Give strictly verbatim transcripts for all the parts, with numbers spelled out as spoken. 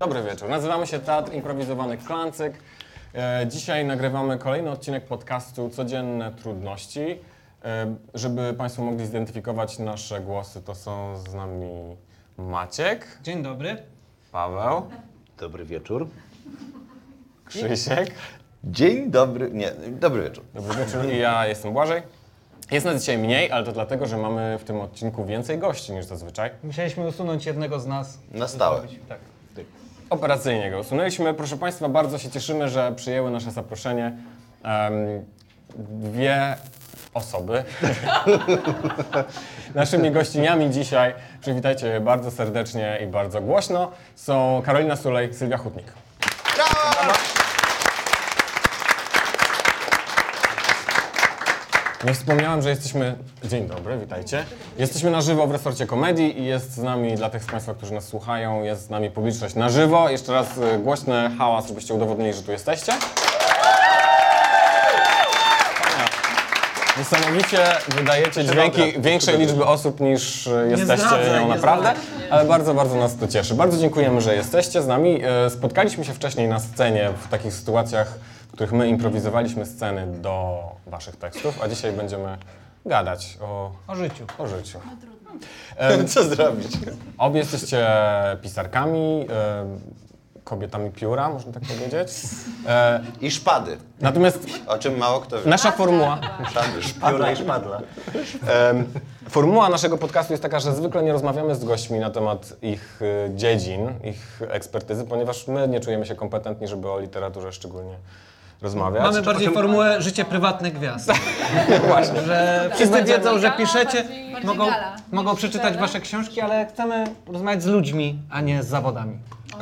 Dobry wieczór. Nazywamy się Teatr Improwizowany Klancyk. E, dzisiaj nagrywamy kolejny odcinek podcastu Codzienne Trudności. E, żeby Państwo mogli zidentyfikować nasze głosy, to są z nami Maciek. Dzień dobry. Paweł. Dobry wieczór. Krzysiek. Dzień dobry, nie, dobry wieczór. Dobry wieczór i ja jestem Błażej. Jest nas dzisiaj mniej, ale to dlatego, że mamy w tym odcinku więcej gości niż zazwyczaj. Musieliśmy usunąć jednego z nas. Na stałe. Zrobić- Tak. Operacyjnie go usunęliśmy. Proszę Państwa, bardzo się cieszymy, że przyjęły nasze zaproszenie um, dwie osoby. Naszymi gościniami dzisiaj, przywitajcie je bardzo serdecznie i bardzo głośno, są Karolina Sulej, Sylwia Hutnik. Brawo! Nie wspomniałem, że jesteśmy... Dzień dobry, witajcie. Jesteśmy na żywo w Resorcie Komedii i jest z nami, dla tych z Państwa, którzy nas słuchają, jest z nami publiczność na żywo. Jeszcze raz y, głośny hałas, żebyście udowodnili, że tu jesteście. Niesamowicie wydajecie dźwięki większej liczby osób niż y, jesteście zdradzaj, nią nie naprawdę, ale bardzo, bardzo nas to cieszy. Bardzo dziękujemy, że jesteście z nami. Y, Spotkaliśmy się wcześniej na scenie w takich sytuacjach, w których my improwizowaliśmy sceny do waszych tekstów, a dzisiaj będziemy gadać o, O życiu. o życiu. Co zrobić? Obie jesteście pisarkami, y, kobietami pióra, można tak powiedzieć. E, I szpady, natomiast o czym mało kto wie. nasza formuła... Szpady, szpadla i szpadla. Em, Formuła naszego podcastu jest taka, że zwykle nie rozmawiamy z gośćmi na temat ich y, dziedzin, ich ekspertyzy, ponieważ my nie czujemy się kompetentni, żeby o literaturze szczególnie rozmawiać. Mamy bardziej Potem- formułę życie prywatne gwiazd. Właśnie. Że wszyscy wiedzą, że piszecie, bardziej mogą, gala. mogą przeczytać wasze książki, ale chcemy rozmawiać z ludźmi, a nie z zawodami.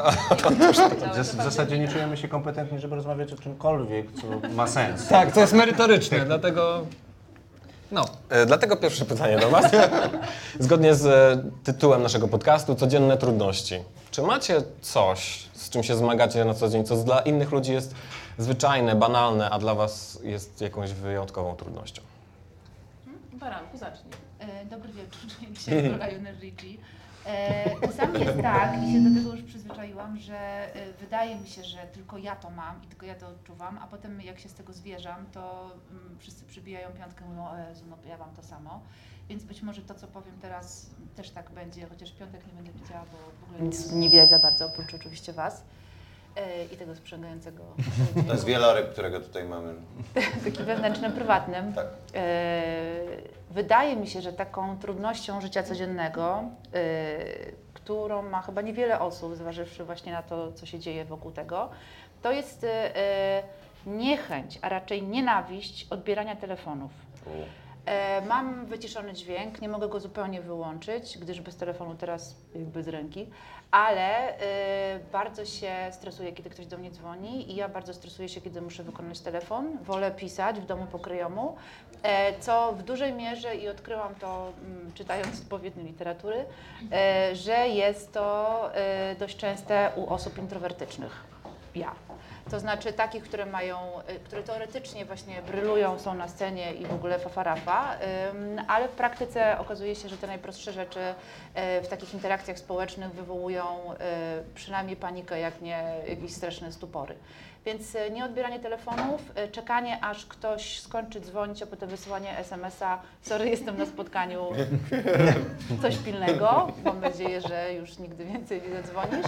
W w zasadzie nie czujemy się kompetentni, żeby rozmawiać o czymkolwiek, co ma sens. Tak, to jest merytoryczne, dlatego... No. E, Dlatego pierwsze pytanie do was. Zgodnie z e, tytułem naszego podcastu Codzienne Trudności. Czy macie coś, z czym się zmagacie na co dzień, co dla innych ludzi jest zwyczajne, banalne, a dla was jest jakąś wyjątkową trudnością? Baranku, zacznij. E, Dobry wieczór, dzisiaj z Lionel Richie. E, Czasami jest tak i się do tego już przyzwyczaiłam, że e, wydaje mi się, że tylko ja to mam i tylko ja to odczuwam, a potem jak się z tego zwierzam, to mm, wszyscy przybijają piątkę i mówią, o Jezu, no ja mam to samo. Więc być może to, co powiem teraz, też tak będzie, chociaż piątek nie będę widziała, bo w ogóle nic nie widać za bardzo, oprócz oczywiście was e, i tego sprzęgającego. To jest wieloryb, którego tutaj mamy. Takim wewnętrznym, prywatnym. Tak. E, Wydaje mi się, że taką trudnością życia codziennego, e, którą ma chyba niewiele osób, zważywszy właśnie na to, co się dzieje wokół tego, to jest e, e, niechęć, a raczej nienawiść odbierania telefonów. E, Mam wyciszony dźwięk, nie mogę go zupełnie wyłączyć, gdyż bez telefonu teraz jakby z ręki, ale e, bardzo się stresuję, kiedy ktoś do mnie dzwoni i ja bardzo stresuję się, kiedy muszę wykonać telefon. Wolę pisać w domu pokryjomu, e, co w dużej mierze, i odkryłam to m, czytając odpowiednie literatury, e, że jest to e, dość częste u osób introwertycznych. Ja. To znaczy takich, które mają, y, które teoretycznie właśnie brylują, są na scenie i w ogóle fafarafa, ym, ale w praktyce okazuje się, że te najprostsze rzeczy y, w takich interakcjach społecznych wywołują y, przynajmniej panikę, jak nie jakieś straszne stupory. Więc y, nieodbieranie telefonów, y, czekanie aż ktoś skończy dzwonić, a potem wysyłanie es em es a, sorry, jestem na spotkaniu, coś pilnego, mam nadzieję, że już nigdy więcej nie zadzwonisz.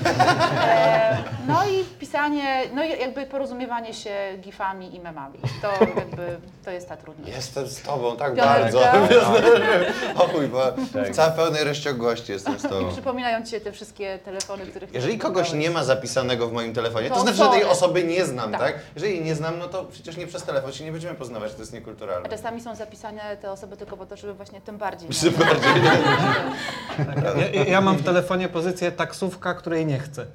E, no i pisanie, no i jakby porozumiewanie się gifami i memami. To jakby, to jest ta trudność. Jestem z tobą tak Piąteczka. bardzo. O mój Boże, w całej pełnej rozciągłości jestem z tobą. Przypominają ci się te wszystkie telefony, których... Jeżeli kogoś nie ma zapisanego w moim telefonie, to To znaczy, że tej sorry. osoby nie znam, Tak. tak? Jeżeli jej nie znam, no to przecież nie przez telefon się nie będziemy poznawać, to jest A niekulturalne. czasami są zapisane te osoby tylko po to, żeby właśnie tym bardziej... Tym bardziej. Ja, ja mam w telefonie pozycję taksówka, której nie chcę.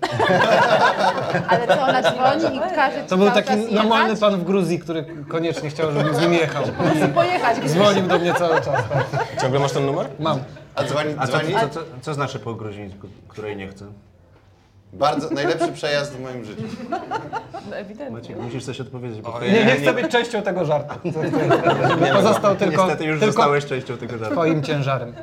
Ale co, ona dzwoni i każe ci To był cały taki czas normalny jechać? pan w Gruzji, który koniecznie chciał, żebym z nim jechał. Musi pojechać gdzieś. Dzwonił do mnie cały czas. Tak. Ciągle masz ten numer? Mam. A dzwoni, A co, dzwoni? co, co, co znaczy po gruzińsku, której nie chcę? Bardzo, najlepszy przejazd w moim życiu. No ewidentnie. Maciek, musisz coś odpowiedzieć, bo Nie, nie chcę być częścią tego żartu. Pozostał tylko, niestety już tylko zostałeś częścią tego żartu. twoim ciężarem.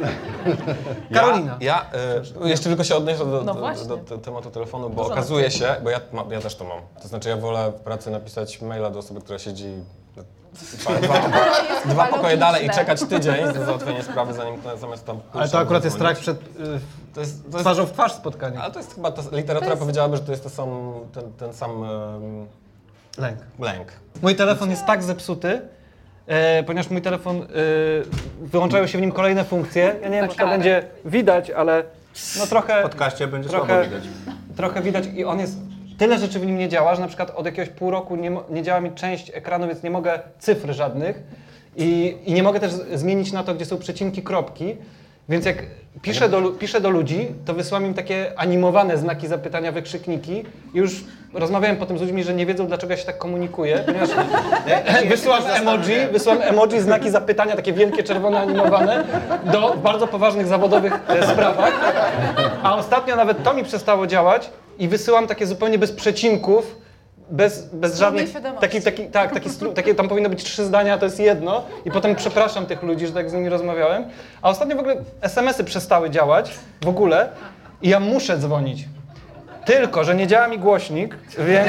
Karolina. Ja, ja y, jeszcze tylko się odnieszę do, No do, właśnie. do, do tematu telefonu, bo Dużo okazuje napisać. się, bo ja, ma, ja też to mam. To znaczy ja wolę w pracy napisać maila do osoby, która siedzi dwa, dwa, dwa pokoje dalej i czekać tydzień na załatwienie sprawy, zanim zamiast tam Ale to akurat jest strach przed y, To jest, to jest, twarzą w twarz spotkania. ale to jest chyba, ta literatura powiedziałaby, że to jest to sam, ten, ten sam um, Lęk. lęk. Mój telefon jest tak zepsuty, e, ponieważ mój telefon, e, wyłączają się w nim kolejne funkcje. Ja nie wiem, czy to karę. będzie widać, ale no trochę, W podcaście będzie trochę, słabo widać. trochę widać i on jest, tyle rzeczy w nim nie działa, że na przykład od jakiegoś pół roku nie, mo- nie działa mi część ekranu, więc nie mogę cyfr żadnych i, i nie mogę też z- zmienić na to, gdzie są przecinki, kropki. Więc jak piszę do, lu- piszę do ludzi, to wysyłam im takie animowane znaki zapytania, wykrzykniki i już rozmawiałem potem z ludźmi, że nie wiedzą, dlaczego ja się tak komunikuję, ponieważ wysyłam emoji, wysyłam emoji, znaki zapytania, takie wielkie, czerwone, animowane do bardzo poważnych zawodowych e, sprawach, a ostatnio nawet to mi przestało działać i wysyłam takie zupełnie bez przecinków, bez, bez żadnych, świadomości. taki, taki, tak, taki stru, takie, tam powinno być trzy zdania, to jest jedno i potem przepraszam tych ludzi, że tak z nimi rozmawiałem, a ostatnio w ogóle es em esy przestały działać w ogóle i ja muszę dzwonić, tylko że nie działa mi głośnik, więc,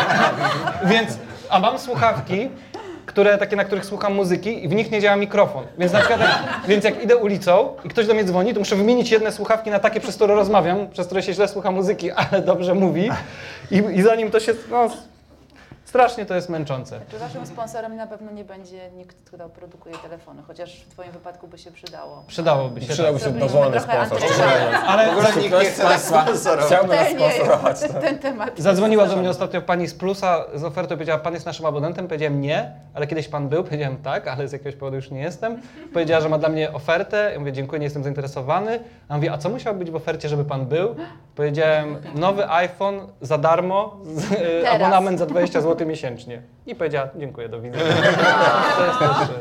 więc a mam słuchawki, które, takie, na których słucham muzyki i w nich nie działa mikrofon, więc na przykład jak, więc jak idę ulicą i ktoś do mnie dzwoni, to muszę wymienić jedne słuchawki na takie, przez które rozmawiam, przez które się źle słucha muzyki, ale dobrze mówi i, i zanim to się, no, strasznie to jest męczące. Czy waszym sponsorem na pewno nie będzie nikt, kto produkuje telefony, chociaż w twoim wypadku by się przydało. Przydałoby się. Przydałby się Zrobiliśmy dowolny trochę sponsor. antyreklamy. Ale W ogóle nikt nie chce nas sponsorować. Chciałbym nas Ten, nie, sponsorować. ten temat. zadzwoniła do mnie ostatnio pani z Plusa z ofertą, powiedziała, pan jest naszym abonentem? Powiedziałem nie, ale kiedyś pan był? Powiedziałem tak, ale z jakiegoś powodu już nie jestem. Powiedziała, że ma dla mnie ofertę. Ja mówię, dziękuję, nie jestem zainteresowany. A mówi, a co musiał być w ofercie, żeby pan był? Powiedziałem, nowy iPhone za darmo, z, e, abonament za dwadzieścia złotych miesięcznie. I powiedziała, dziękuję, do widzenia. To jest też...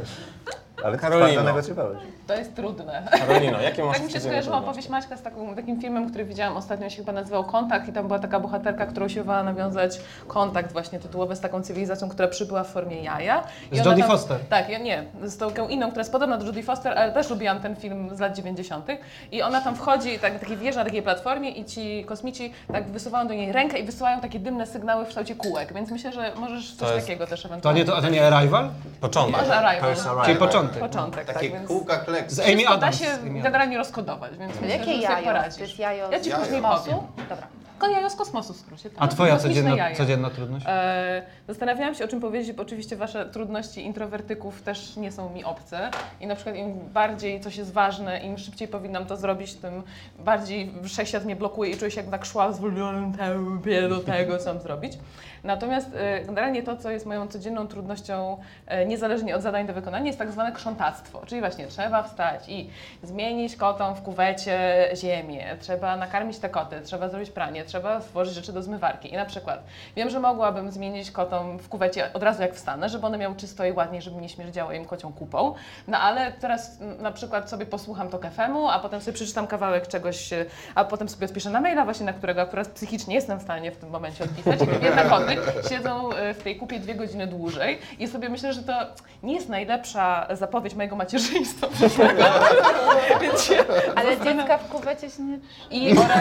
Ale Karolino. twardo negocjowałeś. To jest trudne. Karolino, jakie masz Tak mi się codzienne skojarzyła trudności? opowieść Maćka z taką, takim filmem, który widziałam ostatnio, się chyba nazywał Kontakt i tam była taka bohaterka, która usiłowała nawiązać kontakt właśnie tytułowy z taką cywilizacją, która przybyła w formie jaja. I Z ona Jodie tam- Foster. Tak, ja nie, z tą inną, która jest podobna do Jodie Foster, ale też lubiłam ten film z lat dziewięćdziesiątych. I ona tam wchodzi, tak, taki wjeżdża na takiej platformie i ci kosmici tak wysuwają do niej rękę i wysyłają takie dymne sygnały w kształcie kółek, więc myślę, że możesz coś To jest- takiego też To ewentualnie. nie, to, a to nie Arrival? Początek. Może Arrival. To jest Arrival. Czyli początek. Początek, Takie tak, więc... kółka kleks. Z Amy Wszystko Adams. da się Z Amy Adams. generalnie rozkodować, więc myślę, Jakie że sobie jajo? poradzisz. To jest jajo Ja ci z później kosmosu? powiem. Dobra. Tylko jajo z kosmosu w skrócie. Tak? A twoja Kosmiczne codzienna, jajo. codzienna trudność? E, zastanawiałam się, o czym powiedzieć, bo oczywiście wasze trudności introwertyków też nie są mi obce. I na przykład im bardziej coś jest ważne, im szybciej powinnam to zrobić, tym bardziej wszechświat mnie blokuje i czuję się jak tak szła w zwolnionym tempie do tego, co mam zrobić. Natomiast e, generalnie to, co jest moją codzienną trudnością, e, niezależnie od zadań do wykonania, jest tak zwane krzątactwo. Czyli właśnie trzeba wstać i zmienić kotom w kuwecie ziemię, trzeba nakarmić te koty, trzeba zrobić pranie, trzeba włożyć rzeczy do zmywarki. I na przykład wiem, że mogłabym zmienić kotom w kuwecie od razu jak wstanę, żeby one miały czysto i ładniej, żeby nie śmierdziało im kocią kupą. No ale teraz m, na przykład sobie posłucham to kefemu, a potem sobie przeczytam kawałek czegoś, e, a potem sobie odpiszę na maila właśnie, na którego akurat psychicznie jestem w stanie w tym momencie odpisać. I te biedne koty siedzą e, w tej kupie dwie godziny dłużej i sobie myślę, że to nie jest najlepsza zapowiedź mojego macierzyństwa przyszłego. Więc się Ale zastanawiam- dziecka w kuwecie się nie... I oraz...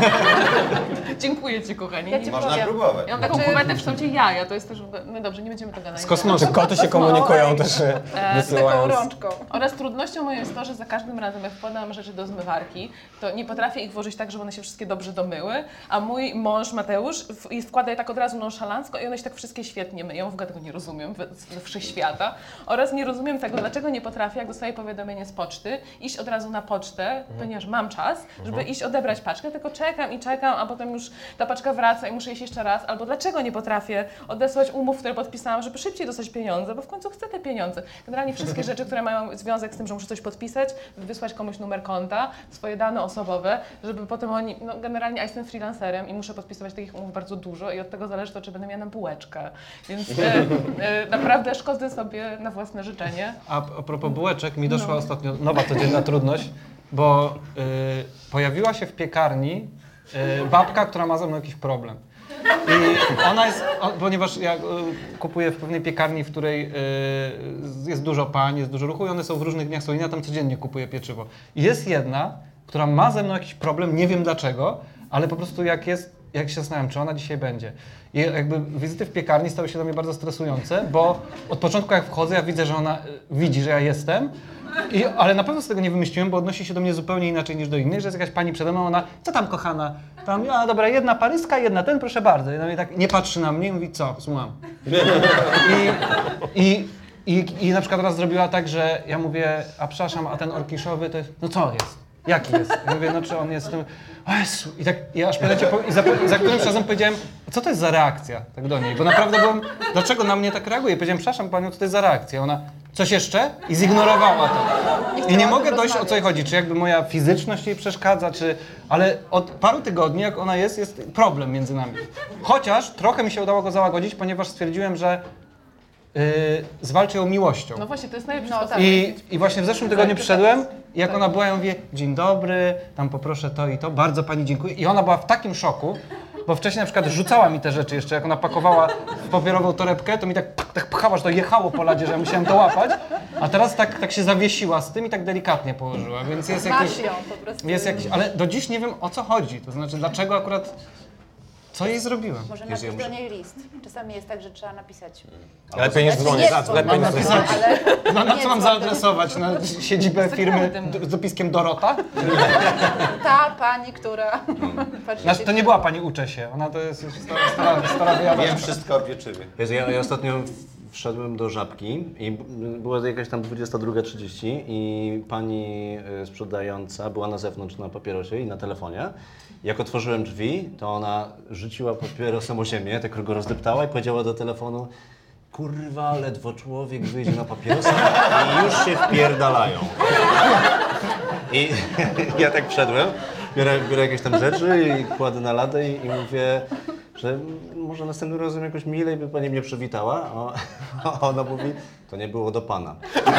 Dziękuję Ci, kochani. Ja ci Można powiem. próbować. Ja mam taką Znaczy- kuwetę w kształcie jaja, to jest też... No dobrze, nie będziemy tego Z analizować. kosmosu. Czy koty się komunikują też e, Z taką wysyłając... rączką. Oraz trudnością moją jest to, że za każdym razem jak wkładam rzeczy do zmywarki, to nie potrafię ich włożyć tak, żeby one się wszystkie dobrze domyły, a mój mąż Mateusz w- i wkłada je tak od razu nonszalancko i one się tak wszystkie świetnie myją, w ogóle tego nie rozumiem we, we wszechświata. Oraz nie rozumiem tego, dlaczego nie potrafię, jak dostaję powiadomienie z poczty, iść od razu na pocztę, ponieważ mam czas, żeby iść odebrać paczkę, tylko czekam i czekam, a potem już ta paczka wraca i muszę iść jeszcze raz, albo dlaczego nie potrafię odesłać umów, które podpisałam, żeby szybciej dostać pieniądze, bo w końcu chcę te pieniądze. Generalnie wszystkie rzeczy, które mają związek z tym, że muszę coś podpisać, wysłać komuś numer konta, swoje dane osobowe, żeby potem oni, no generalnie ja jestem freelancerem i muszę podpisywać takich umów bardzo dużo i od tego zależy to, czy będę miała na bułeczkę. Więc e, e, naprawdę szkodzę sobie na własne życzenie. A, a propos bułeczek, mi doszła ostatnio nowa codzienna trudność, bo y, pojawiła się w piekarni Yy, babka, która ma ze mną jakiś problem. I ona jest, o, ponieważ ja y, kupuję w pewnej piekarni, w której y, jest dużo pań, jest dużo ruchu i one są w różnych dniach, są inne, ja tam codziennie kupuję pieczywo. I jest jedna, która ma ze mną jakiś problem, nie wiem dlaczego, ale po prostu jak jest, jak się zastanawiam, czy ona dzisiaj będzie. I jakby wizyty w piekarni stały się dla mnie bardzo stresujące, bo od początku jak wchodzę, ja widzę, że ona y, widzi, że ja jestem. I, ale na pewno z tego nie wymyśliłem, bo odnosi się do mnie zupełnie inaczej niż do innych, że jest jakaś pani przede mną, ona, co tam kochana? Tam, a dobra, jedna paryska, jedna ten, proszę bardzo. I ona mnie tak nie patrzy na mnie i mówi, co, słucham. I, i, i, I na przykład raz zrobiła tak, że ja mówię, a przepraszam, a ten orkiszowy to jest, no co jest? Jaki jest? Ja mówię, no czy on jest tym, o Jezu. I tak, ja aż pamiętacie, i za, i za którymś razem powiedziałem, co to jest za reakcja tak do niej? Bo naprawdę byłem, dlaczego na mnie tak reaguje? Powiedziałem, przepraszam panią, co to jest za reakcja? Ona, coś jeszcze? I zignorowała to. I nie mogę dojść, o co jej chodzi, czy jakby moja fizyczność jej przeszkadza, czy... Ale od paru tygodni, jak ona jest, jest problem między nami. Chociaż trochę mi się udało go załagodzić, ponieważ stwierdziłem, że yy, zwalczy ją miłością. No właśnie, to jest najlepszy No, sposób. tak. I, I właśnie w zeszłym tygodniu przyszedłem i jak ona była, ja mówię, dzień dobry, tam poproszę to i to, bardzo pani dziękuję. I ona była w takim szoku, bo wcześniej na przykład rzucała mi te rzeczy jeszcze, jak ona pakowała w papierową torebkę, to mi tak, tak pchała, że to jechało po ladzie, że ja musiałem to łapać, a teraz tak, tak się zawiesiła z tym i tak delikatnie położyła, więc jest jakiś, Masz ją po prostu. jest jakiś, ale do dziś nie wiem, o co chodzi, to znaczy dlaczego akurat, co jej zrobiłem. Może Jest napisz ją- do niej list. Czasami jest tak, że trzeba napisać. Lepiej niż Znaczy, dzwonić. nie dzwoń, Lepiej niż no, dzwonić. ale Na, na nie co mam dzwoń. zaadresować? Na siedzibę firmy d- z dopiskiem Dorota? Ta pani, która... Patrzcie, Znaczy, to nie była pani uczę się, ona to jest już stara, stara, stara wyjawa. Wiem wszystko o pieczywie. Jezu, ja, ja ostatnio wszedłem do Żabki i b- była jakaś tam dwudziesta druga trzydzieści i pani y, sprzedająca była na zewnątrz na papierosie i na telefonie. Jak otworzyłem drzwi, to ona rzuciła papierosem o ziemię, tak go rozdeptała i powiedziała do telefonu: kurwa, ledwo człowiek wyjdzie na papierosa i już się wpierdalają. I ja tak wszedłem, biorę, biorę jakieś tam rzeczy i kładę na ladę i, i mówię, że może następnym razem jakoś milej by pani mnie przywitała, a, a ona mówi, to nie było do pana.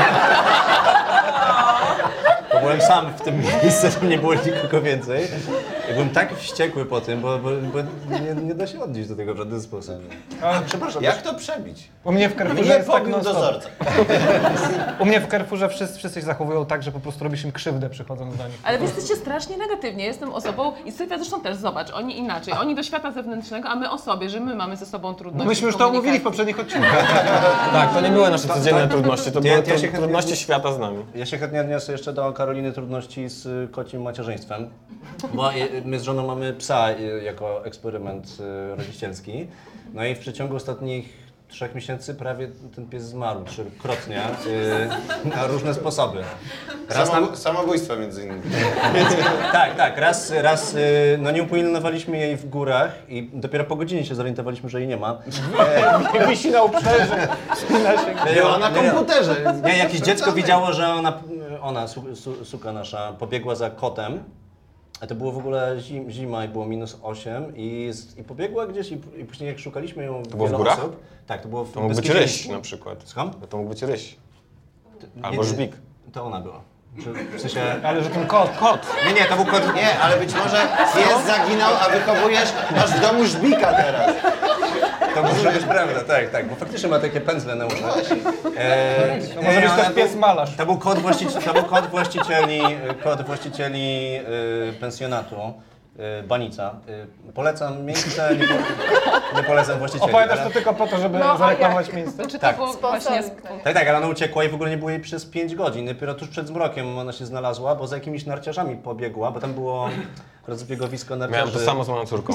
Bo byłem sam w tym miejscu, tam nie było nikogo więcej. I byłem tak wściekły po tym, bo, bo, bo nie, nie da się odnieść do tego w żaden sposób. A, Przepraszam, Jak to przebić? u mnie w Carrefourze Mnie jest tak pobił non-stop. dozorca. U mnie w Carrefourze wszyscy, wszyscy się zachowują tak, że po prostu robisz im krzywdę przychodząc do nich. Ale wy jesteście strasznie negatywnie. Jestem osobą i Sylwia zresztą też, zobacz, oni inaczej. Oni do świata zewnętrznego, a my o sobie, że my mamy ze sobą trudności. Myśmy już w to omówili w komunikacji. poprzednich odcinkach. Tak, to nie były nasze codzienne trudności, to Ja- były ja się tru- chętnie- trudności świata z nami. Ja się chętnie odniosę jeszcze do Karoliny trudności z y, kocim macierzyństwem, bo y, my z żoną mamy psa y, jako eksperyment y, rodzicielski. No i w przeciągu ostatnich trzech miesięcy prawie ten pies zmarł trzykrotnie y, na różne sposoby. Raz nam, Samo, samobójstwo między innymi. tak, tak, raz, raz y, no nie upilnowaliśmy jej w górach i dopiero po godzinie się zorientowaliśmy, że jej nie ma. Wisi na obszerze. Była na komputerze. Nie, jakieś dziecko widziało, że ona, ona su, su, suka nasza, pobiegła za kotem. A to było w ogóle zim, zima i było minus osiem i, z- i pobiegła gdzieś i, i później jak szukaliśmy ją było w wiele górach? osób. Tak, to było w To mógł być Beskidzie ryś Niskim. na przykład. Słucham? To mógł być ryś. Albo Nie, żbik. To ona była. Czy- W sensie... Ale że ten kot, kot. Nie, nie, to był kot... Nie, ale być może pies zaginał, a wychowujesz, masz w domu żbika teraz. To może być prawda, tak, tak, bo faktycznie ma takie pędzle na uszach. E, To może być ona też pies był- malarz. To był kod, właścici, to był kod właścicieli, kod właścicieli y, pensjonatu y, Banica. Y, polecam miejsce, nie, po, nie polecam właścicieli. Opowiadasz ale- to tylko po to, żeby No, a zareklamować jak? miejsce? Czy to Tak. było Sponsoring. właśnie... Tak, tak, ale ona uciekła i w ogóle nie było jej przez pięć godzin. Dopiero tuż przed zmrokiem ona się znalazła, bo za jakimiś narciarzami pobiegła, bo tam było akurat zbiegowisko narciarzy. Miałem to samo z moją córką.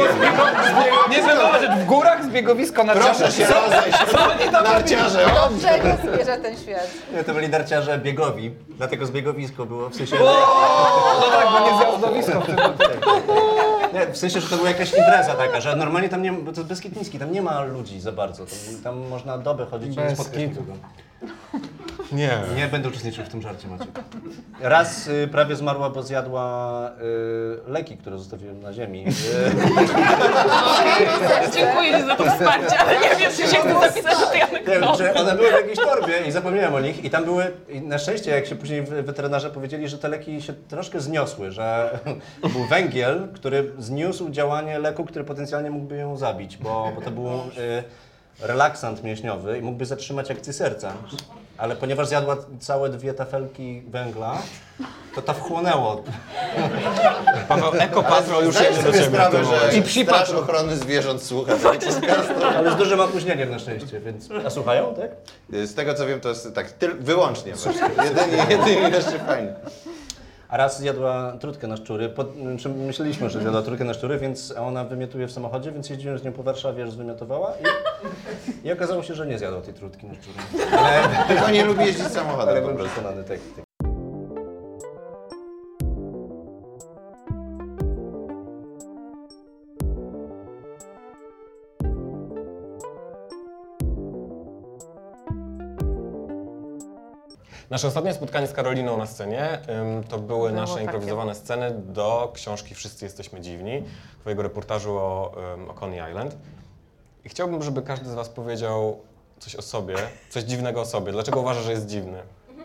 Nie zauważyć, w górach zbiegowisko na Proszę się rozejść. Narciarze, o! Do czego zmierza ten świat? Nie, to byli narciarze biegowi, dlatego zbiegowisko było, w sensie... No tak, bo nie zjazdowisko w tym. Nie, w sensie, że to była jakaś impreza taka, że normalnie tam nie ma, bo to jest Beskid Niski, tam nie ma ludzi za bardzo, tam, tam można dobę chodzić i nie Bez spotkać kitu. nikogo. Nie. Nie będę uczestniczył w tym żarcie, Maciek. Raz y, prawie zmarła, bo zjadła y, leki, które zostawiłem na ziemi. Y, Dziękuję Ci za to wsparcie, ale nie wiem, czy się chcę zapisać do tej nie, anegdoty. że one były w jakiejś torbie i zapomniałem o nich. I tam były, i na szczęście, jak się później weterynarze powiedzieli, że te leki się troszkę zniosły, że był węgiel, który zniósł działanie leku, który potencjalnie mógłby ją zabić, bo, bo to był y, relaksant mięśniowy i mógłby zatrzymać akcję serca. Ale ponieważ zjadła całe dwie tafelki węgla, to ta wchłonęło. Paweł, Ekopatrol już Zdajesz jedzie do sobie ciebie w sprawę, tym że momencie. psi Straż patrzą. Ochrony Zwierząt słucha tego podcastu. Ale z dużym opóźnieniem na szczęście, więc... A słuchają, tak? Z tego co wiem, to jest tak, tyl, wyłącznie właśnie. Jedynie, jedynie jeszcze fajnie. A raz zjadła trutkę na szczury. Pod, czy myśleliśmy, że zjadła trutkę na szczury, więc ona wymiotuje w samochodzie, więc jeździłem z nią po Warszawie, aż zwymiotowała i, i okazało się, że nie zjadła tej trutki na szczury. Ale, Tylko nie lubi jeździć ale samochodem po byłem prostu. przekonany, tak, tak. Nasze ostatnie spotkanie z Karoliną na scenie ym, to były Było nasze takie. improwizowane sceny do książki Wszyscy jesteśmy dziwni, twojego reportażu o, ym, o Coney Island. I chciałbym, żeby każdy z was powiedział coś o sobie, coś dziwnego o sobie. Dlaczego uważasz, że jest dziwny?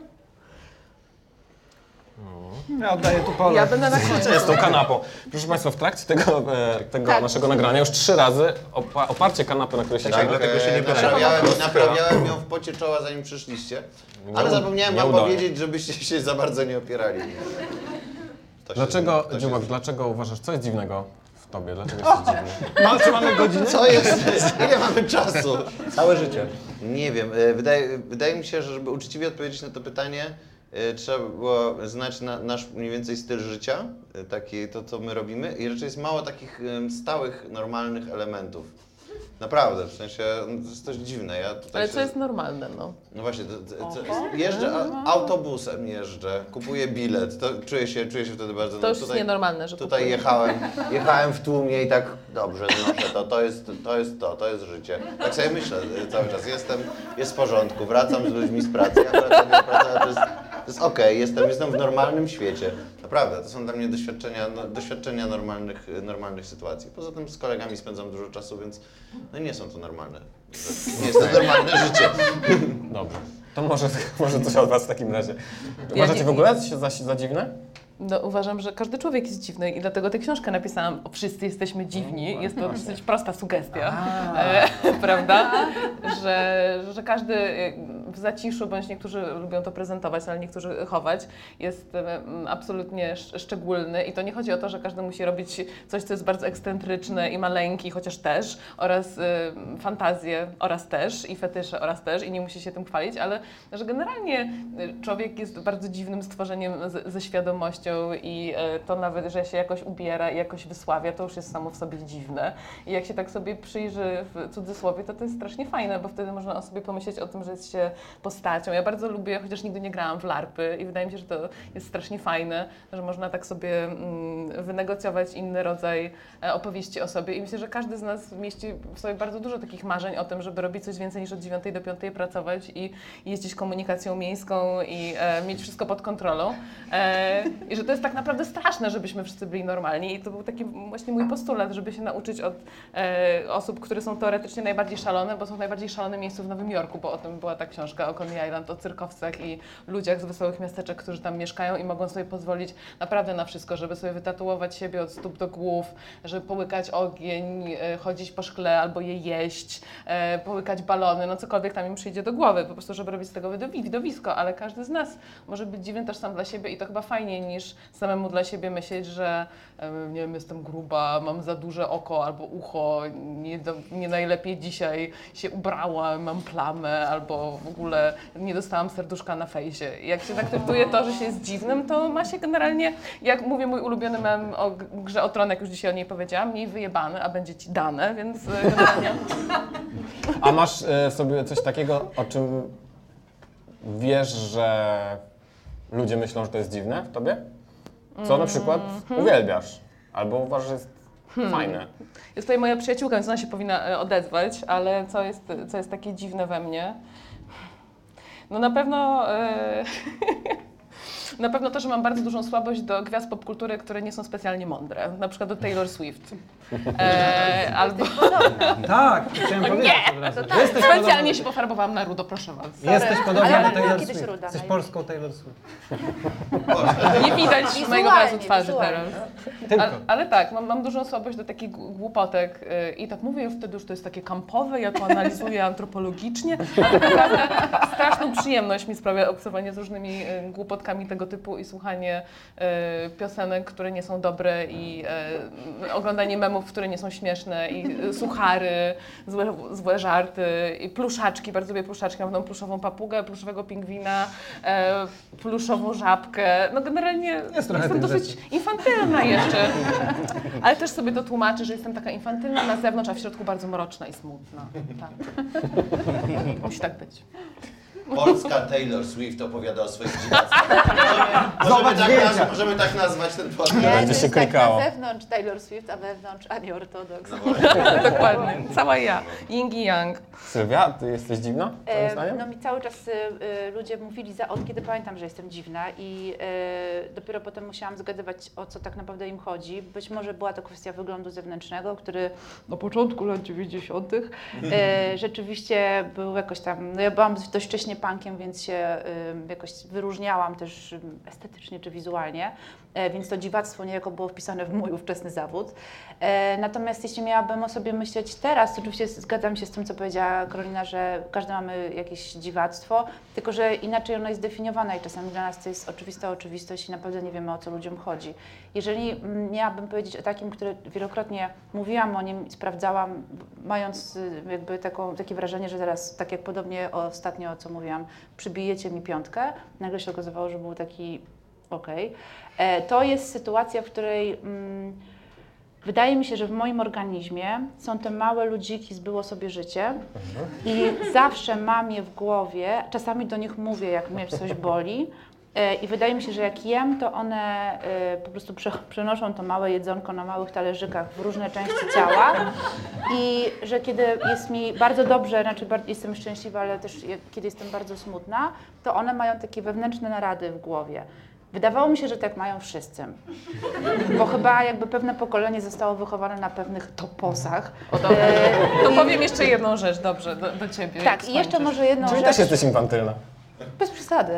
Ja oddaję tu pole. Ja będę na końcu. Z tą kanapą. Proszę państwa, w trakcie tego, e, tego Tak. naszego nagrania już trzy razy opa oparcie kanapy, na której Tak, siedzimy. dlatego się nie biorę. naprawiałem, naprawiałem ją w pocie czoła, zanim przyszliście. Ale Nie- zapomniałem nie wam udało. powiedzieć, żebyście się za bardzo nie opierali. To się- Dlaczego, to się- Dziubak, dlaczego uważasz, co jest dziwnego w tobie? Dlaczego jesteś dziwny? Ma, czy mamy godzinę? Co jest? Ile mamy czasu? Całe życie. Nie wiem. e, Wydaje, wydaje mi się, że żeby uczciwie odpowiedzieć na to pytanie, e, trzeba było znać na, nasz mniej więcej styl życia, e, taki, to co my robimy i raczej jest mało takich em, stałych, normalnych elementów. Naprawdę, w sensie no, to jest coś dziwne. Ja tutaj Ale się, co jest normalne, no. No właśnie, to, to, to, jeżdżę a, autobusem, jeżdżę, kupuję bilet, to czuję się, czuję się wtedy bardzo... To już tutaj, jest nienormalne, że Tutaj kupuję. jechałem, jechałem w tłumie i tak dobrze znoszę to, to jest to, jest to, to jest życie. Tak sobie myślę cały czas, jestem, jest w porządku, wracam z ludźmi z pracy, ja wracam z pracy, to jest, to jest okej, jestem, jestem w normalnym świecie. Naprawdę, to są dla mnie doświadczenia, no, doświadczenia normalnych, normalnych sytuacji. Poza tym z kolegami spędzam dużo czasu, więc no nie są to normalne rzeczy. Nie jest to normalne życie. Dobrze. To może, może coś od was w takim razie. Uważacie nie- w ogóle się za, za dziwne? No, uważam, że każdy człowiek jest dziwny i dlatego tę książkę napisałam o Wszyscy jesteśmy dziwni. Jest to dosyć prosta sugestia, e, prawda? Że, że każdy e, w zaciszu, bądź niektórzy lubią to prezentować, ale niektórzy chować, jest e, absolutnie sz- szczególny i to nie chodzi o to, że każdy musi robić coś, co jest bardzo ekscentryczne i maleńki, chociaż też, oraz e, fantazje oraz też i fetysze oraz też i nie musi się tym chwalić, ale że generalnie e, człowiek jest bardzo dziwnym stworzeniem z, ze świadomością i e, to nawet, że się jakoś ubiera i jakoś wysławia, to już jest samo w sobie dziwne. I jak się tak sobie przyjrzy w cudzysłowie, to to jest strasznie fajne, bo wtedy można o sobie pomyśleć o tym, że jest się postacią. Ja bardzo lubię, chociaż nigdy nie grałam w larpy i wydaje mi się, że to jest strasznie fajne, że można tak sobie mm, wynegocjować inny rodzaj e, opowieści o sobie i myślę, że każdy z nas mieści w sobie bardzo dużo takich marzeń o tym, żeby robić coś więcej niż od dziewiątej do piątej pracować i jeździć komunikacją miejską i e, mieć wszystko pod kontrolą. E, I że to jest tak naprawdę straszne, żebyśmy wszyscy byli normalni. I to był taki właśnie mój postulat, żeby się nauczyć od e, osób, które są teoretycznie najbardziej szalone, bo są w najbardziej szalonym miejscu w Nowym Jorku, bo o tym była ta książka o Coney Island, o cyrkowcach i ludziach z wesołych miasteczek, którzy tam mieszkają i mogą sobie pozwolić naprawdę na wszystko, żeby sobie wytatuować siebie od stóp do głów, żeby połykać ogień, e, chodzić po szkle albo je jeść, e, połykać balony, no cokolwiek tam im przyjdzie do głowy, po prostu, żeby robić z tego widowi- widowisko, ale każdy z nas może być dziwny też sam dla siebie i to chyba fajniej niż samemu dla siebie myśleć, że e, nie wiem, jestem gruba, mam za duże oko albo ucho, nie, do, nie najlepiej dzisiaj się ubrałam, mam plamę albo w ogóle nie dostałam serduszka na fejsie. Jak się zaakceptuje to, że się jest dziwnym, to ma się generalnie, jak mówię mój ulubiony mem o g- grze o Tron, jak już dzisiaj o niej powiedziałam, mniej wyjebane, a będzie ci dane, więc e, generalnie... A masz e, w sobie coś takiego, o czym wiesz, że ludzie myślą, że to jest dziwne w tobie? Co na przykład uwielbiasz? Albo uważasz, że jest fajne? Jest tutaj moja przyjaciółka, więc ona się powinna e, odezwać, ale co jest, co jest takie dziwne we mnie? No na pewno... E, na pewno to, że mam bardzo dużą słabość do gwiazd popkultury, które nie są specjalnie mądre. Na przykład do Taylor Swift. E, albo... Tak, chciałem powiedzieć od razu. to tak. Jesteś Specjalnie podobna- się pofarbowałam na rudo, proszę was. Jesteś Ale podobna ona do była Taylor kiedyś Swift. ruda, Jesteś no i- polską Taylor Swift. Nie widać Wizualnie, mojego wyrazu twarzy wizualnie. teraz. Tylko. Ale, ale tak, mam, mam dużą słabość do takich gł- głupotek yy, i tak mówię wtedy, że to jest takie kampowe, ja to analizuję antropologicznie, ale tak naprawdę straszną przyjemność mi sprawia obcowanie z różnymi yy, głupotkami tego typu i słuchanie yy, piosenek, które nie są dobre i yy, oglądanie memów, które nie są śmieszne i yy, suchary, złe, złe żarty i pluszaczki, bardzo lubię pluszaczki, mam tą pluszową papugę, pluszowego pingwina, yy, pluszową żabkę, no generalnie Jest trochę jestem tych dosyć rzeczy. infantylna jeszcze, ale też sobie to tłumaczę, że jestem taka infantylna na zewnątrz, a w środku bardzo mroczna i smutna. Tak. Musi tak być. Polska Taylor Swift opowiada o swoich dziwactwach. Możemy, możemy, tak zdjęcia. nazwać, możemy tak nazwać ten podcast. Nie, Będzie to się jest tak klikało. na zewnątrz Taylor Swift, a wewnątrz Ani Ortodoks. Dokładnie. Cała ja. Ying i yang. Sylwia, ty jesteś dziwna, twoim E, zdaniem? No mi cały czas y, y, ludzie mówili, za, od kiedy pamiętam, że jestem dziwna i y, dopiero potem musiałam zgadywać, o co tak naprawdę im chodzi. Być może była to kwestia wyglądu zewnętrznego, który na początku lat dziewięćdziesiątych y, rzeczywiście był jakoś tam, no ja byłam dość wcześnie punkiem, więc się y, jakoś wyróżniałam też y, estetycznie czy wizualnie, e, więc to dziwactwo niejako było wpisane w mój ówczesny zawód. E, natomiast jeśli miałabym o sobie myśleć teraz, to oczywiście zgadzam się z tym, co powiedziała Karolina, że każdy mamy jakieś dziwactwo, tylko że inaczej ono jest definiowane i czasami dla nas to jest oczywista oczywistość i naprawdę nie wiemy, o co ludziom chodzi. Jeżeli mm, miałabym powiedzieć o takim, który wielokrotnie mówiłam o nim i sprawdzałam, mając y, jakby taką, takie wrażenie, że teraz, tak jak podobnie ostatnio, o co mówiłam, przybijecie mi piątkę, nagle się okazywało, że był taki okej. E, To jest sytuacja, w której mm, wydaje mi się, że w moim organizmie są te małe ludziki z Było sobie życie i zawsze mam je w głowie, czasami do nich mówię, jak mnie coś boli e, i wydaje mi się, że jak jem, to one e, po prostu prze, przenoszą to małe jedzonko na małych talerzykach w różne części ciała i że kiedy jest mi bardzo dobrze, znaczy bar- jestem szczęśliwa, ale też jak, kiedy jestem bardzo smutna, to one mają takie wewnętrzne narady w głowie. Wydawało mi się, że tak mają wszyscy, bo chyba jakby pewne pokolenie zostało wychowane na pewnych toposach. O, dobra. E, To i- powiem jeszcze jedną rzecz, dobrze, do, do ciebie. Tak, jak i jeszcze skończysz. może jedną Czyli rzecz. też jesteś infantylna. Bez przesady.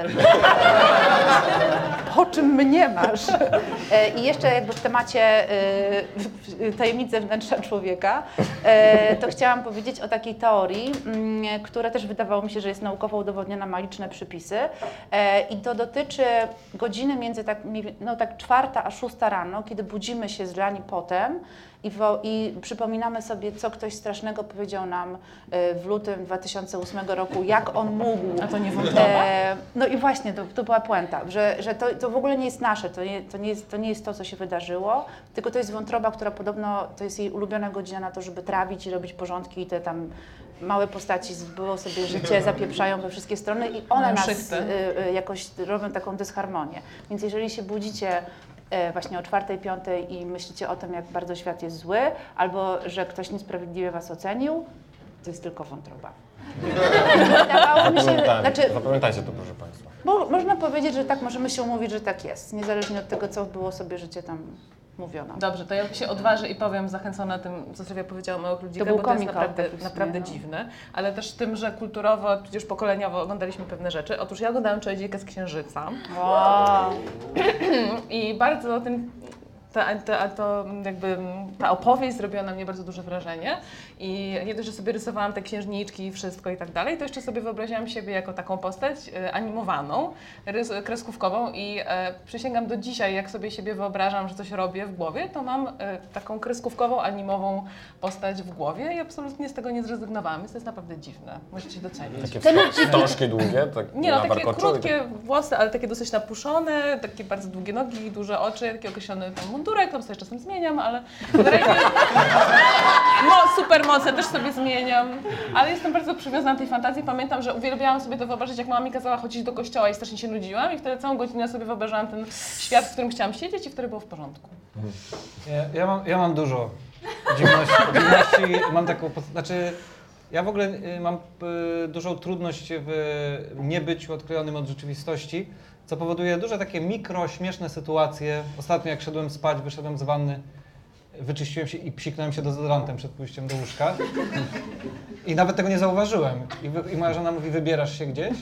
Po czym mnie masz? E, I jeszcze jakby w temacie e, tajemnicy wnętrza człowieka, e, to chciałam powiedzieć o takiej teorii, mm, która też wydawało mi się, że jest naukowo udowodniona, ma liczne przypisy. E, I to dotyczy godziny między tak, mniej- no, tak czwarta a szósta rano, kiedy budzimy się zlani potem i, wo, i przypominamy sobie, co ktoś strasznego powiedział nam e, w lutym dwa tysiące ósmego roku, jak on mógł. A to nie wątroba? E, no i właśnie, to, to była puenta, że, że to, to w ogóle nie jest nasze, to nie, to, nie jest, to nie jest to, co się wydarzyło, tylko to jest wątroba, która podobno, to jest jej ulubiona godzina na to, żeby trawić i robić porządki i te tam małe postaci z Było sobie życie zapieprzają we wszystkie strony i one Mają nas szychtę. y, y, jakoś robią taką dysharmonię. Więc jeżeli się budzicie e, właśnie o czwartej, piątej i myślicie o tym, jak bardzo świat jest zły, albo że ktoś niesprawiedliwie was ocenił, to jest tylko wątroba. Wydawało mi się, Zapamiętaj- znaczy, Zapamiętajcie to, proszę Państwa. bo można powiedzieć, że tak, możemy się umówić, że tak jest, niezależnie od tego, co było sobie życie tam mówiono. Dobrze, to ja się odważę i powiem, zachęcona tym, co Sylwia powiedziała o małych ludzikach, był bo to jest coming out naprawdę, taki w sumie, naprawdę no. dziwne, ale też tym, że kulturowo, tudzież pokoleniowo oglądaliśmy pewne rzeczy. Otóż ja oglądałam Czarodziejkę z Księżyca Wow. i bardzo o tym, ta, ta, to jakby ta opowieść zrobiła na mnie bardzo duże wrażenie i nie dość, że sobie rysowałam te księżniczki i wszystko i tak dalej, to jeszcze sobie wyobraziłam siebie jako taką postać e, animowaną, rys, kreskówkową i e, przysięgam do dzisiaj, jak sobie siebie wyobrażam, że coś robię w głowie, to mam e, taką kreskówkową, animową postać w głowie i absolutnie z tego nie zrezygnowałam, więc to jest naprawdę dziwne, możecie docenić. Takie wstążki długie, tak Nie no, na takie warkoczu i krótkie włosy, ale takie dosyć napuszone, takie bardzo długie nogi, duże oczy, taki określony tam mundurek, tam sobie czasem zmieniam, ale generalnie no, super moce też sobie zmieniam, ale jestem bardzo przywiązana do tej fantazji. Pamiętam, że uwielbiałam sobie to wyobrazić, jak mama mi kazała chodzić do kościoła i strasznie się nudziłam i wtedy całą godzinę sobie wyobrażałam ten świat, w którym chciałam siedzieć i wtedy było w porządku. Ja, ja, mam, ja mam dużo dziwności, dziwności mam taką, pod- znaczy Ja w ogóle y, mam y, dużą trudność w niebyciu odklejonym od rzeczywistości, co powoduje duże takie mikro, śmieszne sytuacje. Ostatnio jak szedłem spać, wyszedłem z wanny, wyczyściłem się i psiknąłem się dezodorantem przed pójściem do łóżka. I nawet tego nie zauważyłem. I, wy, I moja żona mówi, wybierasz się gdzieś?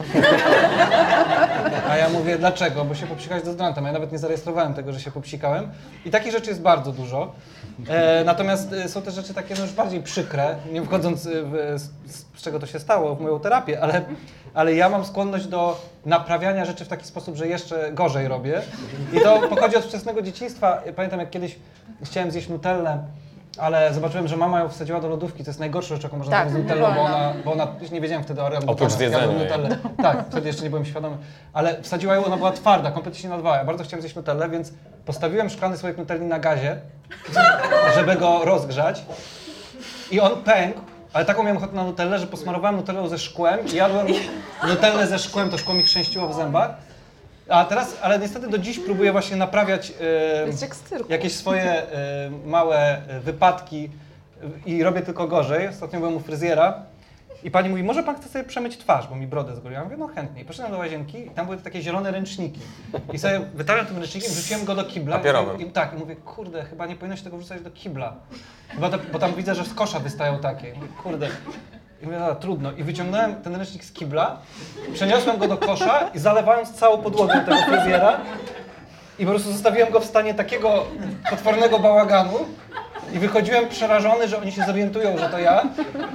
A ja mówię, dlaczego? Bo się popsikałeś dezodorantem. A ja nawet nie zarejestrowałem tego, że się popsikałem. I takich rzeczy jest bardzo dużo. E, natomiast e, są też rzeczy takie no już bardziej przykre, nie wchodząc w, z, z czego to się stało, w moją terapię, ale, ale ja mam skłonność do naprawiania rzeczy w taki sposób, że jeszcze gorzej robię. I to pochodzi od wczesnego dzieciństwa. Pamiętam, jak kiedyś chciałem zjeść nutellę, ale zobaczyłem, że mama ją wsadziła do lodówki. To jest najgorsza rzecz, jaką można Tak, zrobić z nie nutellą, bo wolno. ona, bo ona, już nie wiedziałem wtedy o Oreo. Oprócz zjedzenia jej. nutellę. Tak, wtedy jeszcze nie byłem świadomy. Ale wsadziła ją, ona była twarda, kompletnie się nadwała. Ja bardzo chciałem zjeść nutellę, więc postawiłem szklany słoik nutelli na gazie, żeby go rozgrzać. I on pękł, ale taką miałem ochotę na nutellę, że posmarowałem nutellą ze szkłem i jadłem nutellę ze szkłem, to szkło mi chrzęściło w zębach. A teraz, ale niestety do dziś próbuję właśnie naprawiać e, jest jak z cyrku. jakieś swoje e, małe e, wypadki i robię tylko gorzej. Ostatnio byłem u fryzjera i pani mówi, może pan chce sobie przemyć twarz, bo mi brodę zgoliła. Ja mówię, no chętnie. I poszedłem do łazienki i tam były takie zielone ręczniki. I sobie wytarłem tym ręcznikiem, wrzuciłem go do kibla. Papierowym. I, i, tak, i mówię, kurde, chyba nie powinno się tego wrzucać do kibla. Chyba to, bo tam widzę, że z kosza wystają takie. I mówię, kurde. I mówię, no trudno. I wyciągnąłem ten ręcznik z kibla, przeniosłem go do kosza i zalewając całą podłogę tego fryzjera i po prostu zostawiłem go w stanie takiego potwornego bałaganu i wychodziłem przerażony, że oni się zorientują, że to ja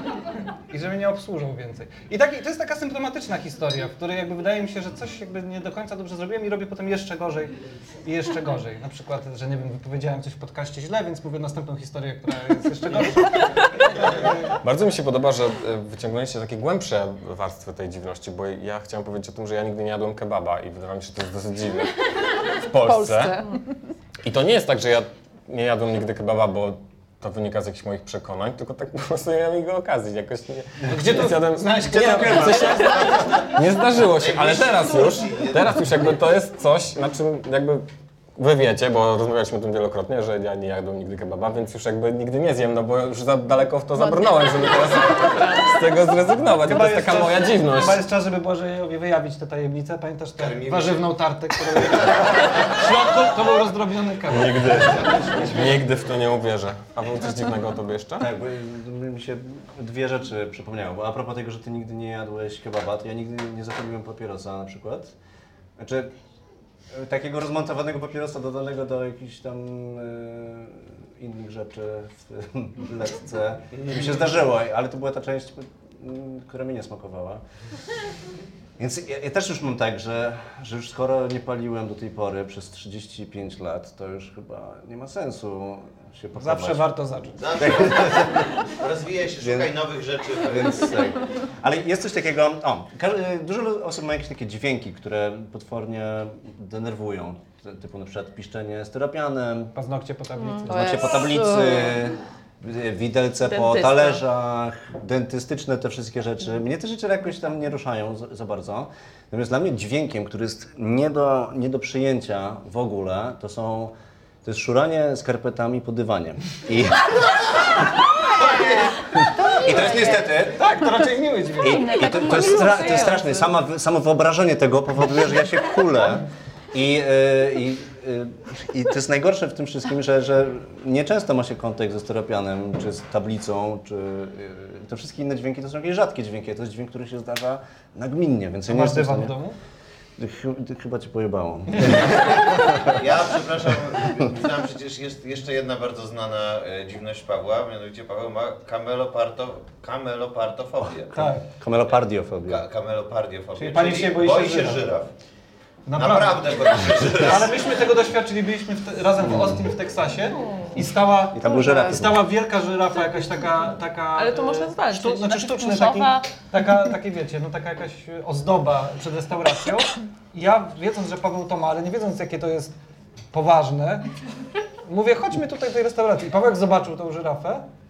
i że mnie nie obsłużą więcej. I taki, to jest taka symptomatyczna historia, w której jakby wydaje mi się, że coś jakby nie do końca dobrze zrobiłem i robię potem jeszcze gorzej i jeszcze gorzej. Na przykład, że nie wiem, wypowiedziałem coś w podcaście źle, więc mówię następną historię, która jest jeszcze gorsza. Bardzo mi się podoba, że e, wyciągnęliście takie głębsze warstwy tej dziwności, bo ja chciałem powiedzieć o tym, że ja nigdy nie jadłem kebaba i wydawało mi się, że to jest dosyć dziwne w Polsce. Polsce. I to nie jest tak, że ja nie jadłem nigdy kebaba, bo to wynika z jakichś moich przekonań, tylko tak po prostu nie miałem jego okazji. Jakoś nie, Gdzie tu zjadłem, znaleźć nie, kebaba? w sensie, nie zdarzyło się, ale teraz już, teraz już jakby to jest coś, na czym jakby wy wiecie, bo rozmawialiśmy o tym wielokrotnie, że ja nie jadłem nigdy kebaba, więc już jakby nigdy nie zjem, no bo już za daleko w to zabrnąłem, żeby teraz z tego zrezygnować. To jest taka czas, moja dziwność. Chyba jest czas, żeby Błażejowi wyjawić tę tajemnicę. Pamiętasz tę Karmimy warzywną tartę, którą w środku to był rozdrobniony kebab. Nigdy, nigdy w to nie uwierzę. A było coś dziwnego o tobie jeszcze? Tak, bo mi się dwie rzeczy przypomniało, bo a propos tego, że ty nigdy nie jadłeś kebaba, to ja nigdy nie zapaliłem papierosa na przykład. Znaczy, takiego rozmontowanego papierosa dodanego do jakichś tam e, innych rzeczy w letce mi się zdarzyło, ale to była ta część, m, która mi nie smakowała. Więc ja, ja też już mam tak, że, że już skoro nie paliłem do tej pory przez trzydzieści pięć lat, to już chyba nie ma sensu się pochować. Zawsze warto zacząć. Zawsze. Rozwijaj się, szukaj nowych rzeczy. Więc tak. Ale jest coś takiego, o, ka- dużo osób ma jakieś takie dźwięki, które potwornie denerwują. Ty- Typu na przykład piszczenie styropianem, Paznokcie po tablicy. paznokcie po tablicy, widelce po Dentysta. talerzach, dentystyczne te wszystkie rzeczy. Mnie te rzeczy jakoś tam nie ruszają za, za bardzo. Natomiast dla mnie dźwiękiem, który jest nie do, nie do przyjęcia w ogóle, to są to jest szuranie skarpetami po dywanie. I, I to jest niestety Tak, to raczej miły dźwięk. I, i to, to, jest stra, to jest straszne. Sama, samo wyobrażenie tego powoduje, że ja się kulę. I, yy, i, yy, I to jest najgorsze w tym wszystkim, że, że nieczęsto ma się kontakt ze styropianem, czy z tablicą, czy yy, te wszystkie inne dźwięki to są jakieś rzadkie dźwięki. To jest dźwięk, który się zdarza nagminnie, więc ja nie Masz jestem w dywan w stanie... domu? Chy- Chyba cię pojebało. Ja przepraszam, znam przecież jest jeszcze jedna bardzo znana e, dziwność Pawła, mianowicie Paweł ma kameloparto, kamelopartofobię. Tak. Kamelopardiofobia. Ka, kamelopardiofobię, Czyli pani się boi się żyraf. żyraf. Naprawdę. Naprawdę boi się żyraf. Ale myśmy tego doświadczyli, byliśmy w te, razem w Austin w Teksasie i stała, I tam były żyrafy. stała wielka żyrafa, jakaś taka... taka Ale to można e, zwalczyć, Sztu, znaczy taka sztuczny taki, pluszowa. taka, takie wiecie, no taka jakaś ozdoba przed restauracją. I ja wiedząc, że Paweł to ma, ale nie wiedząc jakie to jest poważne, mówię chodźmy tutaj do tej restauracji. I Paweł jak zobaczył tą żyrafę,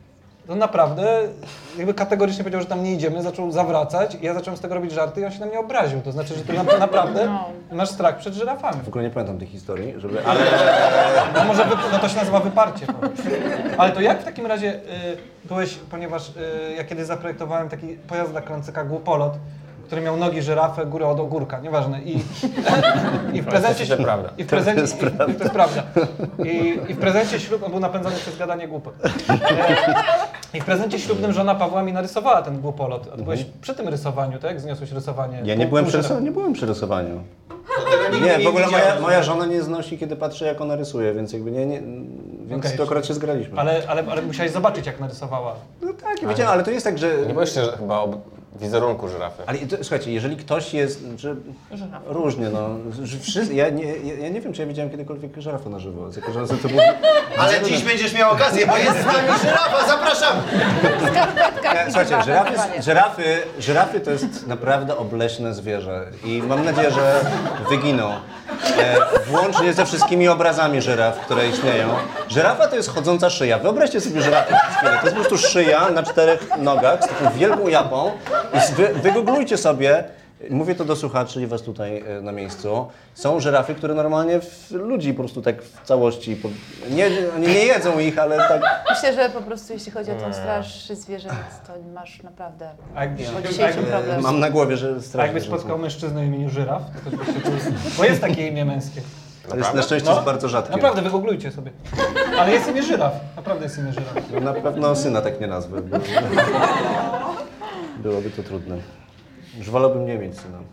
to naprawdę jakby kategorycznie powiedział, że tam nie idziemy, zaczął zawracać i ja zacząłem z tego robić żarty i on się na mnie obraził. To znaczy, że ty na, naprawdę No. masz strach przed żyrafami. W ogóle nie pamiętam tej historii, żeby... Ale... No może wy, no to się nazywa wyparcie. Ale to jak w takim razie y, byłeś, ponieważ y, ja kiedyś zaprojektowałem taki pojazd dla Klęcyka Głupolot, który miał nogi żyrafę, górę od ogórka, nieważne. I, i w prezencie To jest prawda. I w prezencie, To jest prawda. i, i to jest prawda. I, I w prezencie ślubnym, on był napędzany przez gadanie głupot. I w prezencie ślubnym żona Pawła mi narysowała ten głupolot. A ty byłeś przy tym rysowaniu, tak? Zniosłeś rysowanie. Ja nie pół- byłem pół przy żyrafa. rysowaniu, nie byłem przy rysowaniu. Tego nigdy Nie, w ogóle moja, widziałem. moja żona nie znosi, kiedy patrzy, jak ona rysuje, więc jakby nie, nie więc Okej. to akurat się zgraliśmy. Ale, ale, ale musiałeś zobaczyć, jak narysowała. No tak, ja wiedziałem, ale to jest tak, że... Nie boisz się że chyba o wizerunku żyrafy? Ale to, słuchajcie, jeżeli ktoś jest, że Żyrafa. różnie, no, że wszyscy, ja, nie, ja, ja nie wiem, czy ja widziałem kiedykolwiek żyrafę na żywo, jako że to był... Ale dziś będziesz miał okazję, bo jest z nami żyrafa, zapraszam! Ja, słuchajcie, żyrafy, żyrafy, żyrafy to jest naprawdę obleśne zwierzę i mam nadzieję, że wyginą. E, włącznie ze wszystkimi obrazami żyraf, które istnieją. Żyrafa to jest chodząca szyja. Wyobraźcie sobie żyrafę przez chwilę. To jest po prostu szyja na czterech nogach z taką wielką japą i wy, wygooglujcie sobie, mówię to do słuchaczy i was tutaj e, na miejscu, są żyrafy, które normalnie w ludzi po prostu tak w całości, po, nie, oni nie jedzą ich, ale tak... Myślę, że po prostu jeśli chodzi o tą straż zwierząt, to masz naprawdę A jakbyś, po dzisiejszym a, problem. Mam na głowie, że a strasznie. jakbyś spotkał mężczyznę o imieniu Żyraf, to też byś się czuł... Bo jest takie imię męskie. To jest na szczęście No, jest bardzo rzadkie. Naprawdę, wygooglujcie sobie. Ale jest imię Żyraf. Naprawdę jest imię Żyraf. No, na pewno syna tak nie nazwę. Bo... Byłoby to trudne. Już wolałbym nie mieć syna.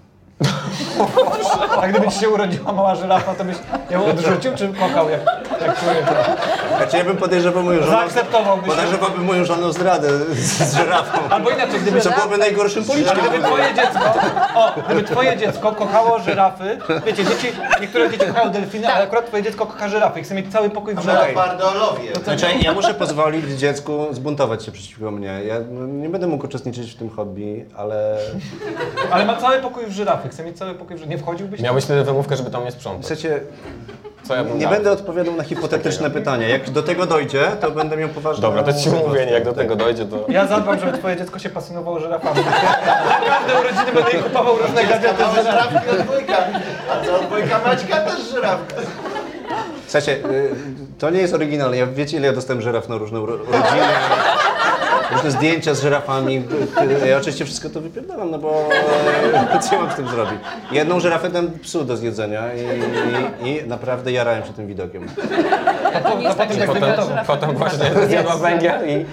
A gdyby ci się urodziła mała żyrafa, to byś ją odrzucił czy kochał jak, jak człowiek? Znaczy ja bym podejrzewał moją żonę. Zaakceptowałbyś ją? Podejrzewałbym moją żonę o zdradę z, z żyrafą. Albo inaczej, gdyby, Co byłoby najgorszym a policzkiem. gdyby twoje dziecko, o, gdyby twoje dziecko kochało żyrafy, wiecie, dzieci, niektóre dzieci kochają delfiny, ale akurat twoje dziecko kocha żyrafy i chce mieć cały pokój w żyrafie. Leopardo Olowie. Znaczy, ja muszę pozwolić dziecku zbuntować się przeciwko mnie. Ja no, nie będę mógł uczestniczyć w tym hobby, ale... Ale ma cały pokój w żyrafy, chce mieć cały pokój w żyrafy. Nie wchodziłbyś tam? Miałbyś wtedy wymówkę, żeby tam nie sprzątać. Chcecie... Co ja bym Nie dał? będę odpowiadał na hipotetyczne pytania. Jak do tego dojdzie, to będę miał poważne... Dobra, to ci umówienie, jak do tego dojdzie, to... Ja zadbam, żeby twoje dziecko się pasjonowało żyrafami. Naprawdę urodziny będę jej kupował różne gadżety z Małe żyrafami. żyrafki od wujka. A co od wujka Maćka też żyrafka. Słuchajcie, y, to nie jest oryginalne. Ja wiecie, ile ja dostałem żyraf na różne uro- rodziny, różne zdjęcia z żyrafami. Ja oczywiście wszystko to wypierdalam, no bo e, co ja mam z tym zrobić? Jedną żyrafę dałem psu do zjedzenia i, i, i naprawdę jarałem się tym widokiem. To nie jest tak, że potem- Potem, żyrafy potem nie właśnie bardzo zjadła jest. węgiel i...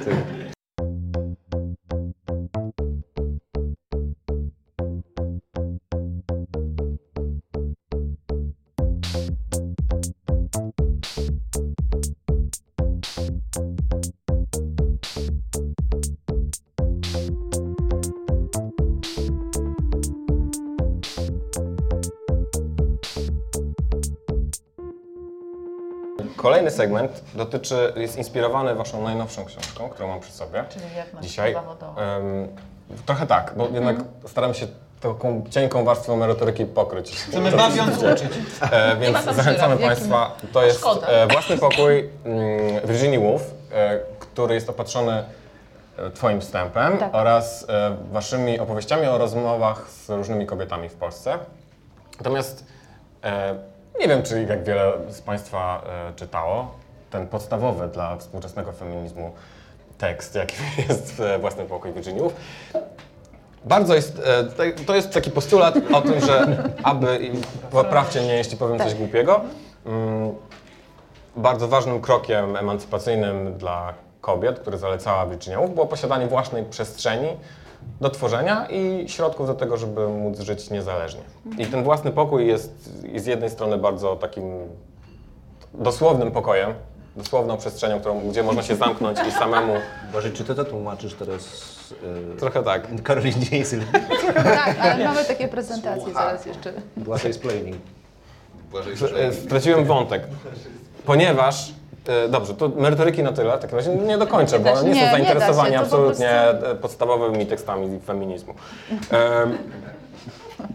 Kolejny segment dotyczy, jest inspirowany waszą najnowszą książką, którą mam przy sobie. Czyli jak masz Dzisiaj. zawodowo. Em, trochę tak, bo jednak staram się taką cienką warstwą merytoryki pokryć. Chcemy bawiąc uczyć. E, więc ma tam zachęcamy żyraf, Państwa. To jest Szkoda. e, własny pokój mm, Virginia Woolf, e, który jest opatrzony e, Twoim wstępem Tak. oraz e, Waszymi opowieściami o rozmowach z różnymi kobietami w Polsce. Natomiast e, nie wiem, czy jak wiele z Państwa e, czytało ten podstawowy dla współczesnego feminizmu tekst, jaki jest e, własny pokój Virginia Woolf. Bardzo jest, e, tutaj- to jest taki postulat o tym, że aby, i poprawcie mnie, jeśli powiem coś głupiego, mm, bardzo ważnym krokiem emancypacyjnym dla kobiet, który zalecała Virginia Woolf, było posiadanie własnej przestrzeni do tworzenia i środków do tego, żeby móc żyć niezależnie. I ten własny pokój jest z jednej strony bardzo takim dosłownym pokojem, dosłowną przestrzenią, którą, gdzie można się zamknąć i samemu, Boże, czy ty to tłumaczysz teraz y, trochę tak, Karolinie Jejsyl? Tak, ale mamy takie prezentacje zaraz jeszcze. Była to explaining. E, straciłem wątek, ponieważ, e, dobrze, to merytoryki na tyle, w takim razie nie dokończę, bo da się- nie nie, są nie da się, zainteresowani to po absolutnie prostu- e, podstawowymi tekstami feminizmu. E,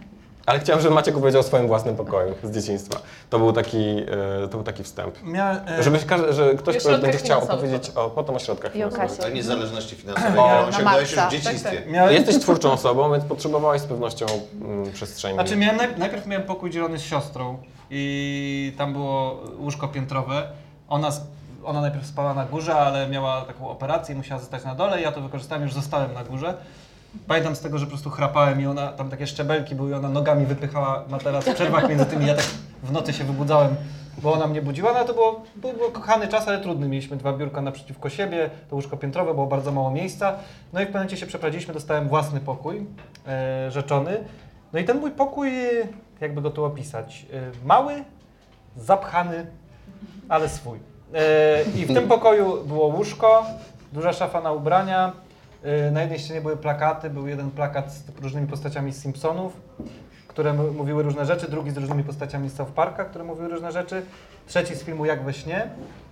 Ale chciałem, żeby Maciek opowiedział o swoim własnym pokoju z dzieciństwa. To był taki, e, to był taki wstęp. Miałem, e, Żebyś każdy, że ktoś, I o kto środkach będzie chciał finansowych opowiedzieć o, potem o środkach I o finansowych. kasie. O niezależności finansowej, O, którą na osiągnąłeś już maksa. w dzieciństwie. miałem, Jesteś twórczą osobą, więc potrzebowałeś z pewnością mm, przestrzeni. Znaczy miałem, najp- najpierw miałem pokój dzielony z siostrą i tam było łóżko piętrowe. Ona, sp- ona najpierw spała na górze, ale miała taką operację i musiała zostać na dole. Ja to wykorzystałem, już zostałem na górze. Pamiętam z tego, że po prostu chrapałem i ona, tam takie szczebelki były i ona nogami wypychała materac w przerwach między tymi. Ja tak w nocy się wybudzałem, bo ona mnie budziła. No ale to było, był, był kochany czas, ale trudny. Mieliśmy dwa biurka naprzeciwko siebie, to łóżko piętrowe, było bardzo mało miejsca. No i w pewnym momencie się przeprowadziliśmy, dostałem własny pokój, e, rzeczony. No i ten mój pokój, jakby go tu opisać, e, mały, zapchany, ale swój. E, I w tym pokoju było łóżko, duża szafa na ubrania. E, na jednej ścianie były plakaty, był jeden plakat z różnymi postaciami z Simpsonów, które m- mówiły różne rzeczy, drugi z różnymi postaciami z South Parka, które mówiły różne rzeczy, trzeci z filmu Jak we śnie,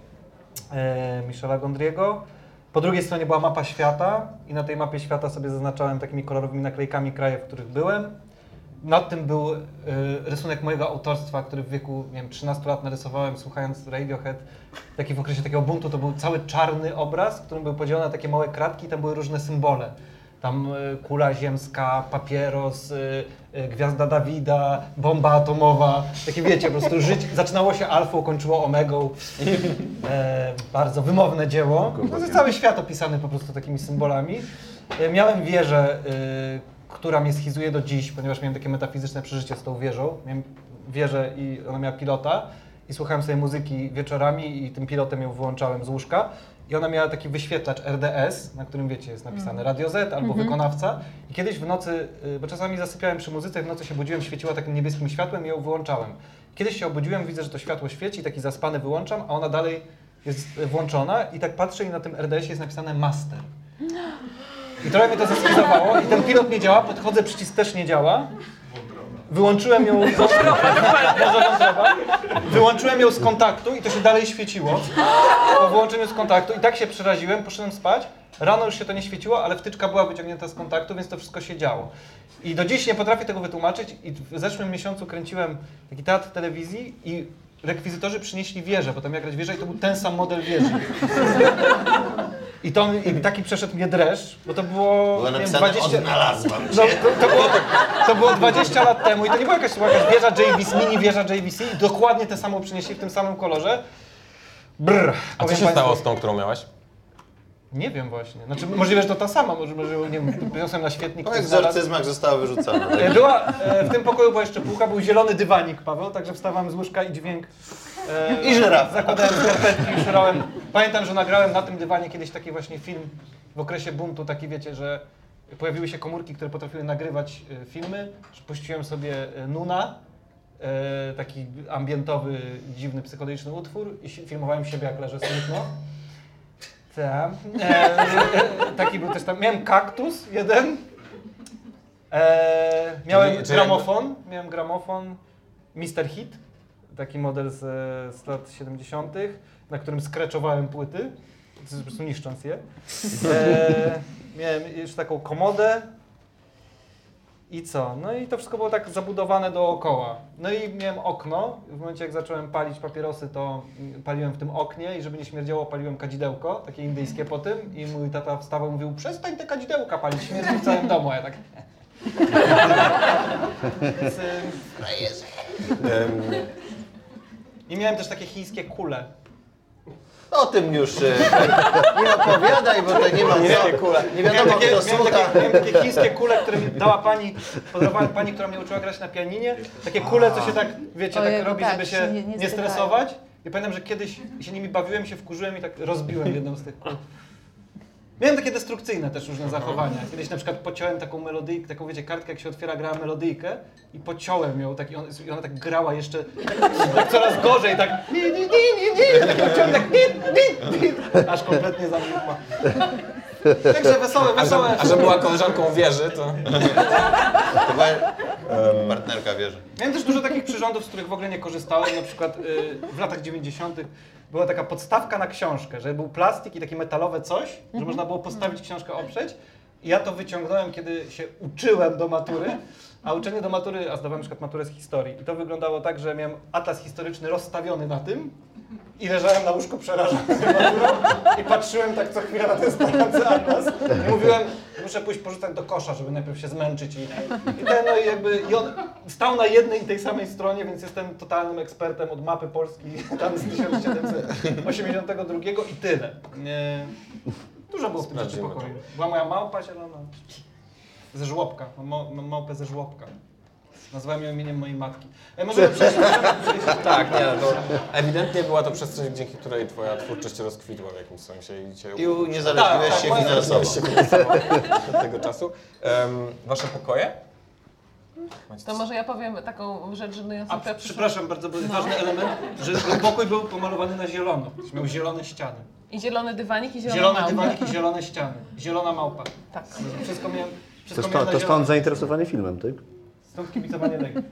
e, Michela Gondry'ego. Po drugiej stronie była mapa świata i na tej mapie świata sobie zaznaczałem takimi kolorowymi naklejkami kraje, w których byłem. Nad tym był y, rysunek mojego autorstwa, który w wieku, nie wiem, trzynastu lat narysowałem, słuchając Radiohead. Taki w okresie takiego buntu to był cały czarny obraz, w którym były podzielone na takie małe kratki i tam były różne symbole. Tam y, kula ziemska, papieros, y, y, gwiazda Dawida, bomba atomowa. Takie wiecie, po prostu żyć, zaczynało się alfą, kończyło omegą. E, bardzo wymowne dzieło. No, to cały świat opisany po prostu takimi symbolami. E, miałem wieżę, y, która mnie schizuje do dziś, ponieważ miałem takie metafizyczne przeżycie z tą wieżą. Miałem wieżę i ona miała pilota i słuchałem sobie muzyki wieczorami i tym pilotem ją wyłączałem z łóżka i ona miała taki wyświetlacz R D S, na którym wiecie jest napisane Radio Z albo wykonawca i kiedyś w nocy, y, bo czasami zasypiałem przy muzyce, w nocy się budziłem, świeciła takim niebieskim światłem i ją wyłączałem. Kiedyś się obudziłem, widzę, że to światło świeci, taki zaspany wyłączam, a ona dalej jest y, włączona i tak patrzę i na tym R D S ie jest napisane Master. I trochę mnie to zeskizowało i ten pilot nie działa, podchodzę, przycisk też nie działa. Wyłączyłem ją z... Może wątroba. Wyłączyłem ją z kontaktu i to się dalej świeciło. Po wyłączeniu z kontaktu i tak się przeraziłem, poszedłem spać. Rano już się to nie świeciło, ale wtyczka była wyciągnięta z kontaktu, więc to wszystko się działo. I do dziś nie potrafię tego wytłumaczyć i w zeszłym miesiącu kręciłem taki teatr telewizji i rekwizytorzy przynieśli wieżę, bo tam miała grać wieża i to był ten sam model wieży. I, to, I taki przeszedł mnie dreszcz, bo to było, Było nie wiem, napisane, dwadzieścia... odnalazłam No, cię. to, to, było, to było dwadzieścia lat temu i to nie była jakaś, była jakaś wieża J V C, mini wieża J V C i dokładnie tę samą przynieśli w tym samym kolorze. Brr. A co Powiem się państwu- stało z tą, którą miałeś? Nie wiem właśnie. Znaczy możliwe, że to ta sama, może, może nie wiem, przyniosłem na świetnik. Po ktoś znalazł. egzorcyzmach została wyrzucona. E, Była, e, w tym pokoju była jeszcze półka, był zielony dywanik, Paweł, także wstawałem z łóżka i dźwięk. E, I żyrafa. Zakładałem skarpetki i szurałem. Pamiętam, że nagrałem na tym dywanie kiedyś taki właśnie film w okresie buntu, taki wiecie, że pojawiły się komórki, które potrafiły nagrywać e, filmy. Puściłem sobie e, Nuna, e, taki ambientowy, dziwny, psychodeliczny utwór i si- filmowałem siebie, jak leżę smutno. Tak. E, e, taki był też tam. Miałem kaktus jeden. E, miałem Czyli- czyli gramofon. Miałem gramofon mister Hit. Taki model z, z lat siedemdziesiątych, na którym skreczowałem płyty, po prostu niszcząc je. E, miałem jeszcze taką komodę. I co? No i to wszystko było tak zabudowane dookoła. No i miałem okno. W momencie jak zacząłem palić papierosy, to paliłem w tym oknie i żeby nie śmierdziało, paliłem kadzidełko, takie indyjskie po tym. I mój tata wstawał i mówił, przestań te kadzidełka palić, śmierdzi w całym domu. A ja tak... Więc, ym, I miałem też takie chińskie kule. O tym już e, nie opowiadaj, bo to nie ma co. Nie wiadomo, Miałem takie, kto miałem, słucha. takie, miałem takie chińskie kule, które mi dała pani, podarowała pani, która mnie uczyła grać na pianinie. Takie kule, co się tak, wiecie, Ojej, tak robi, tak, żeby się się nie- nie nie zrywają. stresować. I pamiętam, że kiedyś się nimi bawiłem, się wkurzyłem i tak rozbiłem jedną z tych kul. Miałem takie destrukcyjne też różne zachowania. Kiedyś na przykład pociąłem taką melodyjkę, taką wiecie, kartkę jak się otwiera, grała melodyjkę i pociąłem ją tak, i, on, i ona tak grała jeszcze tak, tak coraz gorzej, tak ni, ni, ni, ni, ni, tak ją ciąłem, tak ni, ni, ni, aż kompletnie zamilkła. Także wesołe, A że, wesołe. a że była koleżanką wieży, to... To była partnerka wieży. Miałem też dużo takich przyrządów, z których w ogóle nie korzystałem. Na przykład y, w latach dziewięćdziesiątych była taka podstawka na książkę, że był plastik i takie metalowe coś, że można było postawić książkę, oprzeć. I ja to wyciągnąłem, kiedy się uczyłem do matury. A uczenie do matury, a zdawałem na przykład maturę z historii. I to wyglądało tak, że miałem atlas historyczny rozstawiony na tym i leżałem na łóżku przerażony maturą i patrzyłem tak co chwilę na ten stojący atlas i mówiłem, muszę pójść porzucać do kosza, żeby najpierw się zmęczyć. I, i ten, no i jakby i on stał na jednej i tej samej stronie, więc jestem totalnym ekspertem od mapy Polski tam z tysiąc siedemset osiemdziesiątego drugiego i tyle. Nie, dużo było w tym Sprawdzimy przedpokoju. Była moja małpa zielona. Ze żłobka, mam, ma- mam małpę ze żłobka. Nazwałem ją imieniem mojej matki. E, możemy przejść, możemy przejść. Tak, nie, no to ewidentnie była to przestrzeń, dzięki której twoja twórczość rozkwitła w jakimś sensie i cię I uniezależniłeś Tak, się tak, finansowo. się finansowo od tego czasu. Um, wasze pokoje? Macie To może ja powiem taką rzecz żenującą, A która przyszła. przepraszam, bardzo był ważny element, że pokój był pomalowany na zielono. Miał zielone ściany. I zielony dywanik, i zielona Zielone małpa. dywaniki, zielone ściany. Zielona małpa. Tak. Wszystko miałem, To, wszystko sto, miałem na to zielono. stąd zainteresowanie filmem, tak? Stąd kibicowanie Legii.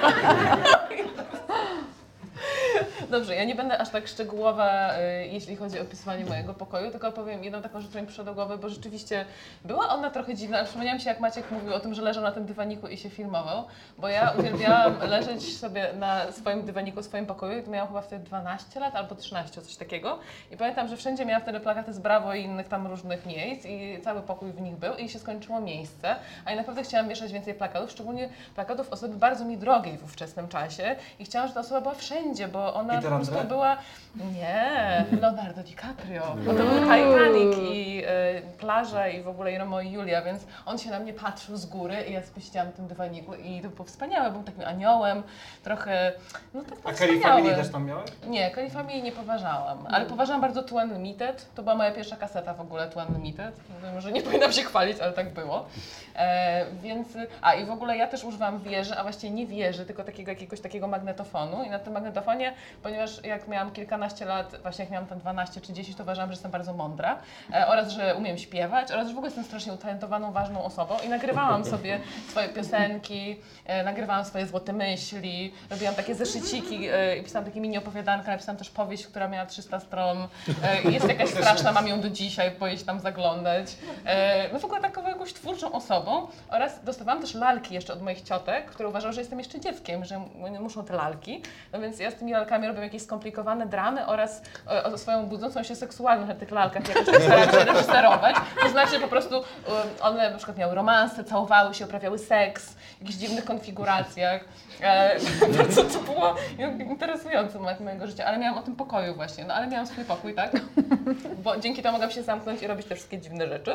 Dobrze, ja nie będę aż tak szczegółowa, y, jeśli chodzi o opisywanie mojego pokoju, tylko powiem jedną taką rzecz, która mi przyszła do głowy, bo rzeczywiście była ona trochę dziwna, ale przypomniałam się, jak Maciek mówił o tym, że leżał na tym dywaniku i się filmował, bo ja uwielbiałam leżeć sobie na swoim dywaniku, w swoim pokoju, to miałam chyba wtedy dwanaście lat albo trzynaście, coś takiego i pamiętam, że wszędzie miałam wtedy plakaty z Brawo i innych tam różnych miejsc i cały pokój w nich był i się skończyło miejsce, a ja naprawdę chciałam wieszać więcej plakatów, szczególnie plakatów osoby bardzo mi drogiej w ówczesnym czasie i chciałam, żeby ta osoba była wszędzie, bo ona Peter po prostu Andre? była... Nie, Leonardo DiCaprio. Bo to był Titanic i y, plaża i w ogóle i Romeo i Julia, więc on się na mnie patrzył z góry i ja sobie siedziałam w tym dywaniku i to było wspaniałe, był takim aniołem, trochę, no tak A no, Kelly wspaniały. Family też tam miałeś? Nie, Kelly Family nie poważałam, ale poważałam bardzo Two Unlimited. To była moja pierwsza kaseta w ogóle Two Unlimited. Wiem, że nie powinnam się chwalić, ale tak było. E, więc, a i w ogóle ja też używałam wieży, a właściwie nie wieży, tylko takiego jakiegoś takiego magnetofonu i na tym magnetofonie, ponieważ jak miałam kilkanaście lat, właśnie jak miałam tam dwanaście czy dziesięć, to uważałam, że jestem bardzo mądra e, oraz, że umiem śpiewać oraz, że w ogóle jestem strasznie utalentowaną, ważną osobą i nagrywałam sobie swoje piosenki, e, nagrywałam swoje złote myśli, robiłam takie zeszyciki e, i pisałam takie mini opowiadanka, napisałam też powieść, która miała trzysta stron, e, jest jakaś straszna, mam ją do dzisiaj, boję się tam zaglądać. E, no w ogóle taką jakąś twórczą osobą oraz dostawałam też lalki jeszcze od moich ciotek, które uważały, że jestem jeszcze dzieckiem, że m- muszą te lalki, no więc ja z tymi lalkami robię jakieś skomplikowane dramy oraz o, o swoją budzącą się seksualność na tych lalkach jakoś tak starałam się reżyserować. To znaczy po prostu um, one na przykład miały romanse, całowały się, uprawiały seks w jakichś dziwnych konfiguracjach. E, bardzo to było interesujące moment mojego życia, ale miałam o tym pokoju właśnie, no ale miałam swój pokój, tak? Bo dzięki temu mogłam się zamknąć i robić te wszystkie dziwne rzeczy.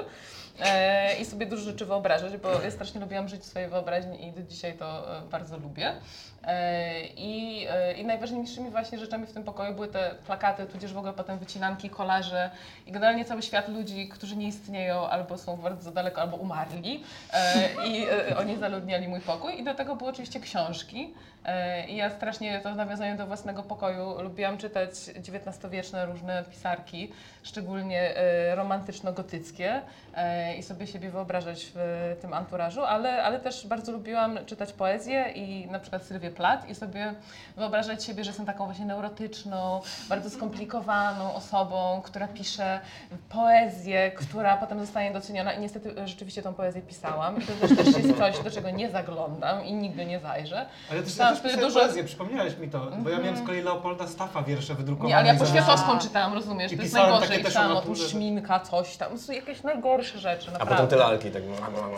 E, I sobie dużo rzeczy wyobrażać, bo ja strasznie lubiłam żyć w swojej wyobraźni i do dzisiaj to e, bardzo lubię. E, I, e, I najważniejszymi właśnie rzeczami w tym pokoju były te plakaty, tudzież w ogóle potem wycinanki, kolaże i generalnie cały świat ludzi, którzy nie istnieją albo są bardzo daleko, albo umarli e, i e, oni zaludniali mój pokój i do tego były oczywiście książki. E, I ja strasznie to w nawiązaniu do własnego pokoju lubiłam czytać dziewiętnastowieczne różne pisarki, szczególnie e, romantyczno-gotyckie e, i sobie siebie wyobrażać w tym anturażu, ale, ale też bardzo lubiłam czytać poezję i na przykład Sylwię Plath i sobie wyobrażać siebie, że jestem taką właśnie neurotyczną, bardzo skomplikowaną osobą, która pisze poezję, która potem zostanie doceniona i niestety e, rzeczywiście tą poezję pisałam i to też, też jest coś, do czego nie zaglądam i nigdy nie zajrzę. Ale ja też, Pisałam ja też wtedy pisałem dużo- poezję, przypomniałeś mi to, bo ja miałem z kolei Leopolda Staffa wiersze wydrukowane. Nie, ale ja za- Poświatowską czytałam, rozumiesz? I To jest pisałem najgorsze. takie I też pisałam o o tym naturze, że- szminka, coś tam. To są jakieś najgorsze rzeczy, A naprawdę. potem te lalki, tak.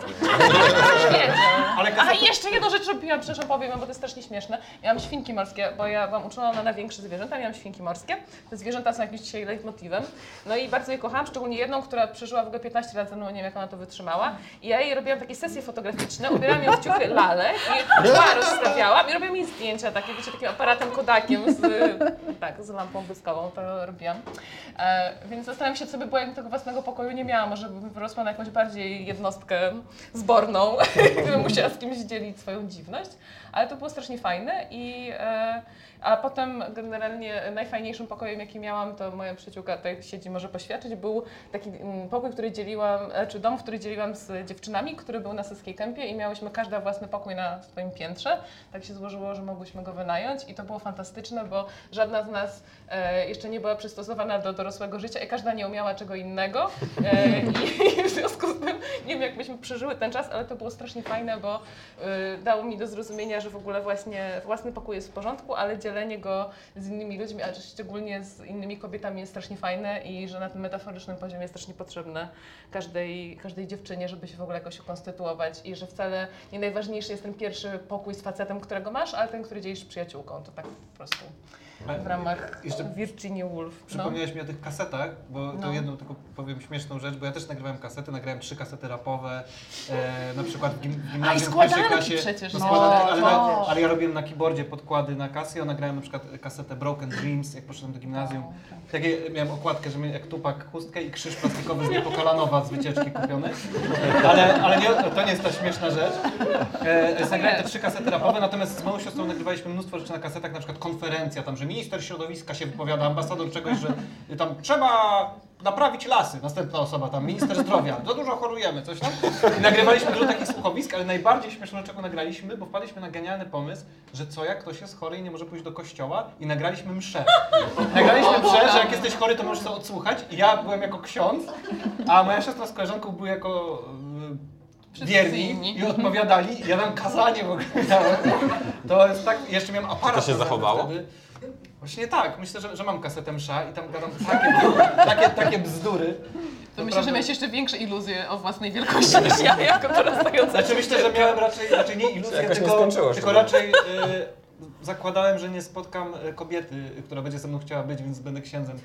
Wiedział. Ale Aha, kaseta- i jeszcze jedną rzecz robiłam, przepraszam, powiem, bo to jest strasznie śmieszne. Miałam świnki morskie, bo ja byłam uczulona na większe zwierzęta, miałam świnki morskie. Te zwierzęta są jakimś dzisiaj leitmotivem. No i bardzo je kochałam, szczególnie jedną, która przeżyła w ogóle piętnaście lat ze mną, nie wiem jak ona to wytrzymała. I ja jej robiłam takie sesje fotograficzne, ubierałam ją w ciuchy lalek i tła rozstawiałam i robiłam jej zdjęcia takie, wiecie, takim aparatem Kodakiem z, tak, z lampą błyskową to robiłam. E, więc zastanawiam się, co by było, jakbym tego własnego pokoju nie miała. Może bym wyrosła na jakąś bardziej jednostkę zborną, gdybym musiała z kimś dzielić swoją dziwność. Ale to było strasznie fajne i... E, A potem generalnie najfajniejszym pokojem, jaki miałam, to moja przyjaciółka tutaj siedzi, może poświadczyć, był taki mm, pokój, który dzieliłam, czy dom, który dzieliłam z dziewczynami, który był na Saskiej Kępie i miałyśmy każda własny pokój na swoim piętrze. Tak się złożyło, że mogłyśmy go wynająć i to było fantastyczne, bo żadna z nas e, jeszcze nie była przystosowana do dorosłego życia i każda nie umiała czego innego e, i, i w związku z tym nie wiem, jak byśmy przeżyły ten czas, ale to było strasznie fajne, bo e, dało mi do zrozumienia, że w ogóle właśnie własny pokój jest w porządku, ale dzielenie go z innymi ludźmi, a szczególnie z innymi kobietami jest strasznie fajne i że na tym metaforycznym poziomie jest strasznie potrzebne każdej, każdej dziewczynie, żeby się w ogóle jakoś ukonstytuować i że wcale nie najważniejszy jest ten pierwszy pokój z facetem, którego masz, ale ten, który dzielisz z przyjaciółką. To tak po prostu w ramach Jeszcze Virginia Woolf. No. Przypomniałeś mi o tych kasetach, bo No. to jedną tylko powiem śmieszną rzecz, bo ja też nagrywałem kasety, nagrałem trzy kasety rapowe, e, na przykład w, gim, w A, i gimnazjum w pierwszej składanki klasie. przecież, no, no. składanki, ale, na, O. ale ja robiłem na keyboardzie podkłady na Casio, nagrałem na przykład kasetę Broken Dreams, jak poszedłem do gimnazjum. Takie miałem okładkę, że miałem jak tupak chustkę i krzyż plastikowy z Niepokalanowa z wycieczki kupiony. Ale, ale nie, to nie jest ta śmieszna rzecz. E, więc nagrałem te trzy kasety rapowe, natomiast z moją siostrą nagrywaliśmy mnóstwo rzeczy na kasetach, na przykład konferencja, tam, że minister środowiska się wypowiada, ambasador czegoś, że tam trzeba naprawić lasy. Następna osoba tam, minister zdrowia, za dużo chorujemy, coś tam. I nagrywaliśmy dużo takich słuchowisk, ale najbardziej śmieszne, czego nagraliśmy, bo wpadliśmy na genialny pomysł, że co jak ktoś jest chory i nie może pójść do kościoła i nagraliśmy mszę. Nagraliśmy mszę, że jak jesteś chory, to możesz to odsłuchać i ja byłem jako ksiądz, a moja siostra z koleżanką były jako yy, Wszyscy wierni inni. i odpowiadali. Ja tam kazanie w ogóle miałem. To jest tak, jeszcze miałem aparat. To się zachowało? Wtedy. Właśnie tak, myślę, że, że mam kasetę msza i tam gadam takie, takie, takie bzdury. To myślę, że miałeś jeszcze większe iluzje o własnej wielkości niż ja, jako dorastająca. Znaczy myślę, że miałem raczej, raczej nie iluzję, Jakoś nie tylko, skończyło tylko chyba. raczej y, zakładałem, że nie spotkam y, kobiety, y, która będzie ze mną chciała być, więc będę księdzem.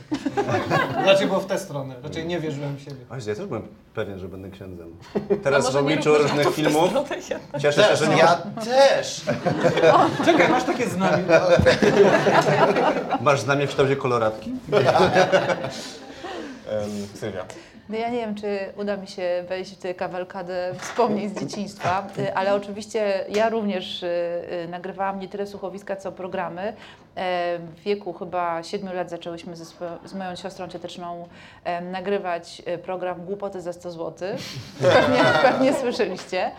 Raczej było w tę stronę, raczej nie wierzyłem w siebie. Oj, ja też byłem pewien, że będę księdzem. A Teraz w może nie obliczu róbmy różnych żartów w tę filmów stronę jednak. cieszę się, Też, że nie ja też! Czekaj, masz takie znamie. masz znamie w kształcie koloratki. Em, Sylwia. No ja nie wiem, czy uda mi się wejść w tę kawalkadę wspomnień z dzieciństwa, y, ale oczywiście ja również y, y, nagrywałam nie tyle słuchowiska, co programy. E, W wieku chyba siedmiu lat zaczęłyśmy ze swo- z moją siostrą cioteczną e, nagrywać e, program Głupoty za sto złotych. Pewnie, pewnie słyszeliście.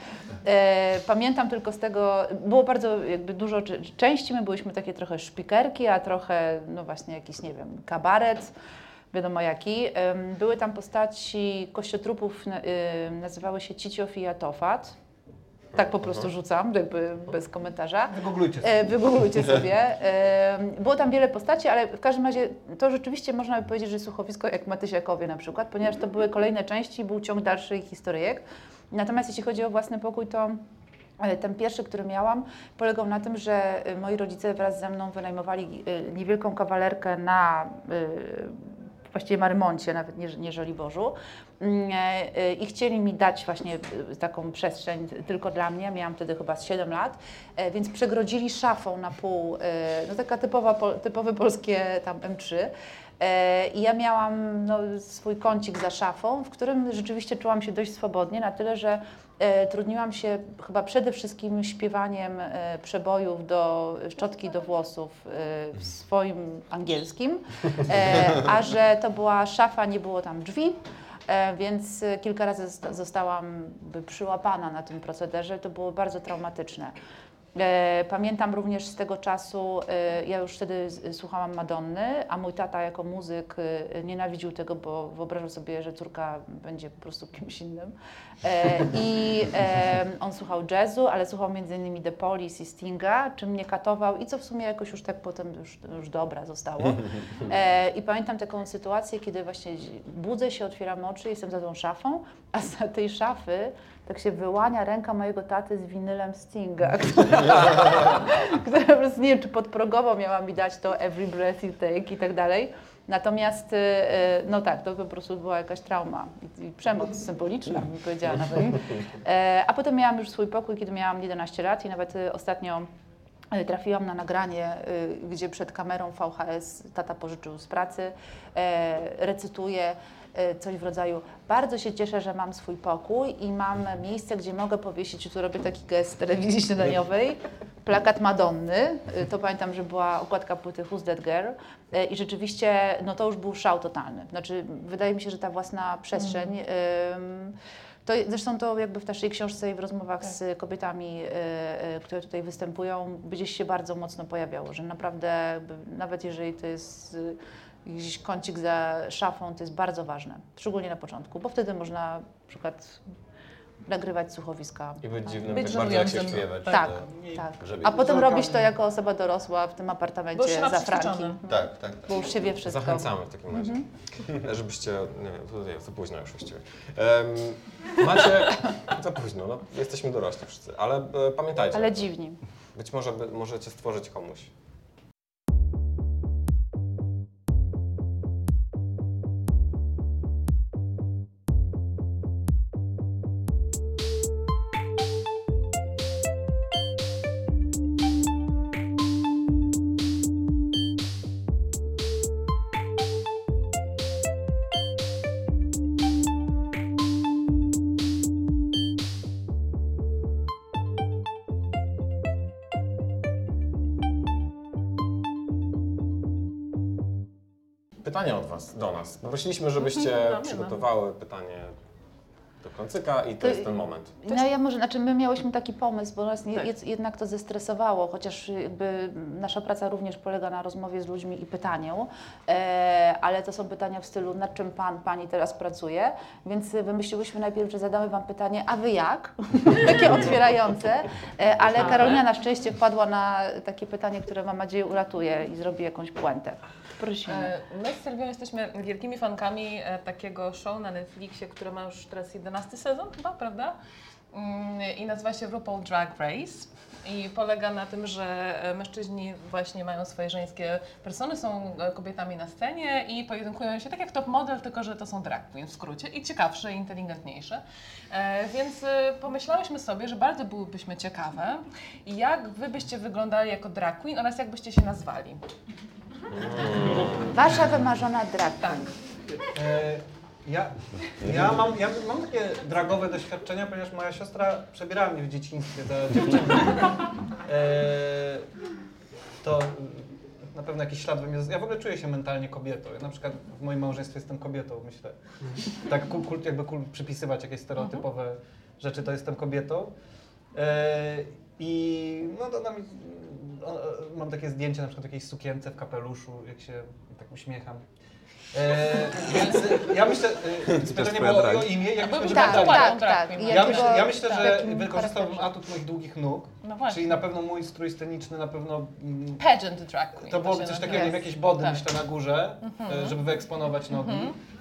E, Pamiętam tylko z tego, było bardzo jakby dużo cze- części, my byliśmy takie trochę szpikerki, a trochę, no właśnie jakiś, nie wiem, kabaret. Wiadomo jaki. Ym, Były tam postaci kościotrupów, na- ym, nazywały się Ciciof i Jatofat. Tak po prostu rzucam, jakby bez komentarza. Wygooglujcie sobie. E, Wygooglujcie sobie. Ym, Było tam wiele postaci, ale w każdym razie to rzeczywiście można by powiedzieć, że słuchowisko jak Matysiakowie na przykład, ponieważ to były kolejne części, był ciąg dalszy ich historyjek. Natomiast jeśli chodzi o własny pokój, to ale ten pierwszy, który miałam, polegał na tym, że y, moi rodzice wraz ze mną wynajmowali y, niewielką kawalerkę na y, właściwie Marymoncie, nawet nie, nie Żoliborzu. Mm, e, I chcieli mi dać właśnie y, taką przestrzeń t- tylko dla mnie. Miałam wtedy chyba z siedem lat, e, więc przegrodzili szafą na pół, e, no taka typowa, po, typowe polskie tam em trzy. E, I ja miałam no, swój kącik za szafą, w którym rzeczywiście czułam się dość swobodnie, na tyle, że e, trudniłam się chyba przede wszystkim śpiewaniem e, przebojów do szczotki do włosów e, w swoim angielskim, e, a że to była szafa, nie było tam drzwi. E, Więc e, kilka razy zosta- zostałam by przyłapana na tym procederze. To było bardzo traumatyczne. E, Pamiętam również z tego czasu, e, ja już wtedy z- słuchałam Madonny, a mój tata jako muzyk e, nienawidził tego, bo wyobrażał sobie, że córka będzie po prostu kimś innym. E, I e, on słuchał jazzu, ale słuchał między innymi The Police i Stinga, czym mnie katował i co w sumie jakoś już tak potem już, już dobra zostało. E, I pamiętam taką sytuację, kiedy właśnie budzę się, otwieram oczy, jestem za tą szafą, a za tej szafy tak się wyłania ręka mojego taty z winylem Stinga, która, która po prostu nie wiem, czy podprogowo miała mi dać to Every Breath You Take i tak dalej. Natomiast, y, y, no tak, to po prostu była jakaś trauma i, i przemoc symboliczna, bym powiedziała nawet. E, a potem miałam już swój pokój, kiedy miałam jedenaście lat i nawet y, ostatnio y, trafiłam na nagranie, y, gdzie przed kamerą V H S tata pożyczył z pracy, e, recytuje e, coś w rodzaju: bardzo się cieszę, że mam swój pokój i mam miejsce, gdzie mogę powiesić, tu robię taki gest telewizji śniadaniowej, plakat Madonny. Y, To pamiętam, że była okładka płyty Who's That Girl y, i rzeczywiście no to już był szał totalny. Znaczy wydaje mi się, że ta własna przestrzeń ym, to, zresztą to jakby w naszej książce i w rozmowach z kobietami, y, y, które tutaj występują, gdzieś się bardzo mocno pojawiało, że naprawdę jakby, nawet jeżeli to jest y, jakiś kącik za szafą, to jest bardzo ważne, szczególnie na początku, bo wtedy można na przykład nagrywać słuchowiska. I być dziwnym, Być tak bardzo jak się żenującym. śpiewać. Tak, I tak. żeby- A potem Zorka- robić to jako osoba dorosła w tym Bo już apartamencie się ma za franki, przećwiczone. Tak, tak, tak. bo już się wie wszystko. Zachęcamy w takim razie, żebyście, nie wiem, to jest za późno już właściwie. Um, macie, za późno, no, jesteśmy dorośli wszyscy, ale e, pamiętajcie, Ale dziwni. być może by, możecie stworzyć komuś. Pytanie od Was, do nas. Poprosiliśmy, żebyście Dobra, przygotowały pytanie do Klącyka i to To- jest ten moment. No ja może, znaczy my miałyśmy taki pomysł, bo nas nie, Tak. jed- jednak to zestresowało, chociaż jakby nasza praca również polega na rozmowie z ludźmi i pytaniu, e, ale to są pytania w stylu, nad czym Pan, Pani teraz pracuje, więc wymyśliłyśmy najpierw, że zadamy Wam pytanie, a Wy jak? Takie otwierające, e, ale Karolina na szczęście wpadła na takie pytanie, które mam nadzieję uratuje i zrobi jakąś puentę. Prosimy. E, My z Sylwią jesteśmy wielkimi fankami e, takiego show na Netflixie, które ma już teraz jedenasty sezon chyba, prawda? Mm, I nazywa się RuPaul Drag Race. I polega na tym, że e, mężczyźni właśnie mają swoje żeńskie persony, są e, kobietami na scenie i pojedynkują się tak jak top model, tylko że to są drag queen w skrócie i ciekawsze, i inteligentniejsze. E, więc e, pomyślałyśmy sobie, że bardzo byłybyśmy ciekawe, jak wy byście wyglądali jako drag queen oraz jak byście się nazwali. Wasza wymarzona drag Tak. queen. E, ja, ja, mam, ja mam takie dragowe doświadczenia, ponieważ moja siostra przebierała mnie w dzieciństwie za dziewczynę. E, to na pewno jakiś ślad we mnie. Ja w ogóle czuję się mentalnie kobietą. Ja na przykład w moim małżeństwie jestem kobietą, myślę. Tak kul, kul, jakby kul, przypisywać jakieś stereotypowe rzeczy, to jestem kobietą. E, I no to nam, o, o, mam takie zdjęcie na przykład w jakiejś sukience w kapeluszu, jak się tak uśmiecham. E, więc e, ja myślę, e, pytanie było o, o imię, jak byśmy Tak, wyglądali. tak, drag tak. queen. I Ja, jakiego- myślę, ja myślę, że takim wykorzystałbym charakterze. atut moich długich nóg, No właśnie. czyli na pewno mój strój sceniczny, na pewno mm, Pageant drag queen. to byłoby się coś nazywa. takiego, nie wiem, jakieś body Tak. myślę na górze, e, żeby wyeksponować nogi.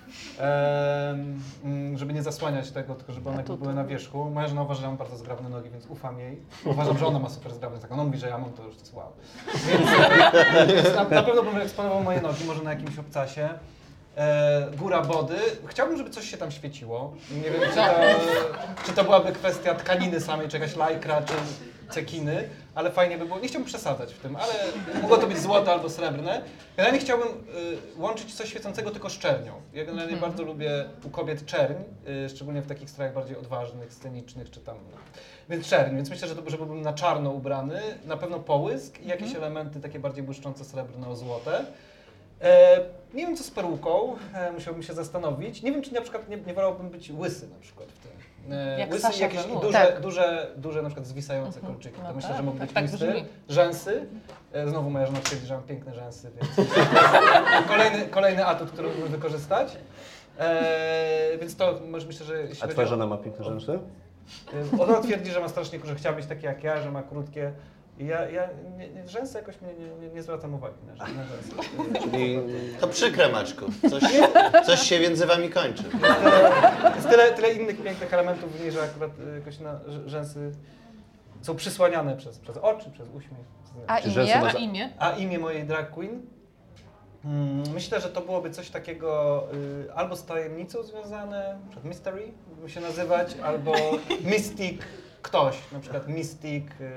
Em, mm, żeby nie zasłaniać tego, tylko żeby one jakby Atutu. były na wierzchu. Moja żona uważa, że mam bardzo zgrabne nogi, więc ufam jej. Uważam, że ona ma super zgrabne, tak ona mówi, że ja mam, to już to jest wow. Więc, e, więc na, na pewno bym eksponował moje nogi, może na jakimś obcasie. E, góra body. Chciałbym, żeby coś się tam świeciło. Nie wiem, czy to, czy to byłaby kwestia tkaniny samej, czy jakaś lajkra, czy cekiny, ale fajnie by było. Nie chciałbym przesadzać w tym, ale mogło to być złote albo srebrne. Generalnie chciałbym y, łączyć coś świecącego tylko z czernią. Ja generalnie bardzo lubię u kobiet czerń, y, szczególnie w takich strojach bardziej odważnych, scenicznych, czy tam. No. Więc czerń, więc myślę, że to, żeby był na czarno ubrany, na pewno połysk i jakieś elementy takie bardziej błyszczące, srebrno-złote. E, nie wiem co z peruką, e, musiałbym się zastanowić. Nie wiem, czy na przykład nie, nie wolałbym być łysy na przykład w tym. E, Jak łysy Sasha i jakieś i Velour. duże, Tak. duże, duże na przykład zwisające kolczyki. To No myślę, tak, że mógł tak, być tak łysy. brzmi. Rzęsy. E, znowu moja żona twierdzi, że mam piękne rzęsy, więc kolejny, kolejny atut, który mógłbym wykorzystać. E, więc to może myślę, że jeśli A chodzi twoja o- żona ma piękne rzęsy? E, Ona twierdzi, że ma strasznie, że chciała być taki jak ja, że ma krótkie. I ja, ja nie, nie, rzęsy jakoś mnie nie, nie, nie zwracam uwagi na, na rzęsy. Czyli To przykre, Maczku. Coś, coś się między wami kończy. Jest tyle, tyle innych pięknych elementów w niej, że akurat y, jakoś na rzę- rzęsy są przysłaniane przez, przez oczy, przez uśmiech. A Czy rzęsy imię? ma- A imię? A imię mojej drag queen? Mm, myślę, że to byłoby coś takiego y, albo z tajemnicą związane, na przykład mystery by się nazywać, albo mystic ktoś, na przykład mystic, y,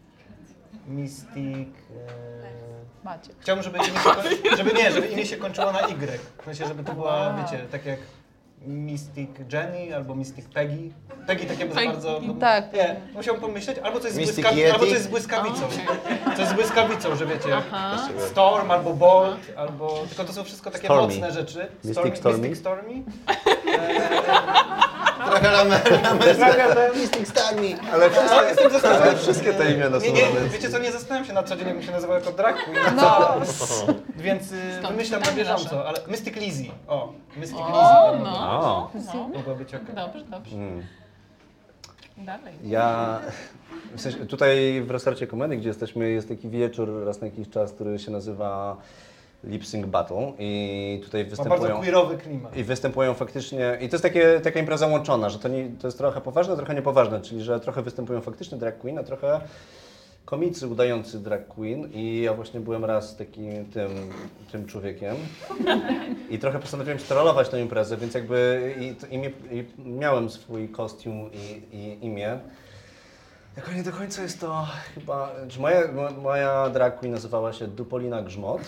mystic... Y, Macie. Chciałbym, żeby imię, się koń... żeby nie, żeby imię się kończyło na Y. W sensie, żeby to była, wiecie, tak jak Mystic Jenny albo Mystic Peggy. Peggy takie za Peggy. bardzo... Tak. Nie, musiałbym pomyśleć, albo coś z, Mystic błyska... Yeti? albo coś z błyskawicą. Coś z błyskawicą, że wiecie, Aha. Storm albo Bolt, albo... Tylko to są wszystko takie Stormy. mocne rzeczy. Mystic Stormy? Mystic Stormy. Trochę lamer, Trochę ten... Mystic Starmi. Ale No, wszystkie, jestem zastanawiany. ale wszystkie te imiona są Nie, nie, dane. wiecie co, nie zastanawiam się na co dzień, jak mi się nazywał jako drag queen. No. Więc y, Stąd wymyślam na pytanie bieżąco, nasze. ale Mystic Lizzy. O, Mystic O, Lizzy. no. O, No. Mogła być okej. Dobrze, dobrze. mm. Dalej. Ja, w sensie, tutaj w Restarcie Komedy, gdzie jesteśmy, jest taki wieczór raz na jakiś czas, który się nazywa Lip Sync Battle i tutaj Ma występują... bardzo queerowy klimat. I występują faktycznie, i to jest takie, taka impreza łączona, że to, nie, to jest trochę poważne, trochę niepoważne, czyli że trochę występują faktycznie drag queen, a trochę komicy udający drag queen i ja właśnie byłem raz takim tym, tym człowiekiem i trochę postanowiłem strollować tę imprezę, więc jakby i, i, imię, i miałem swój kostium i, i imię. Jako nie do końca jest to chyba, że moja, moja drag queen nazywała się Dupolina Grzmot.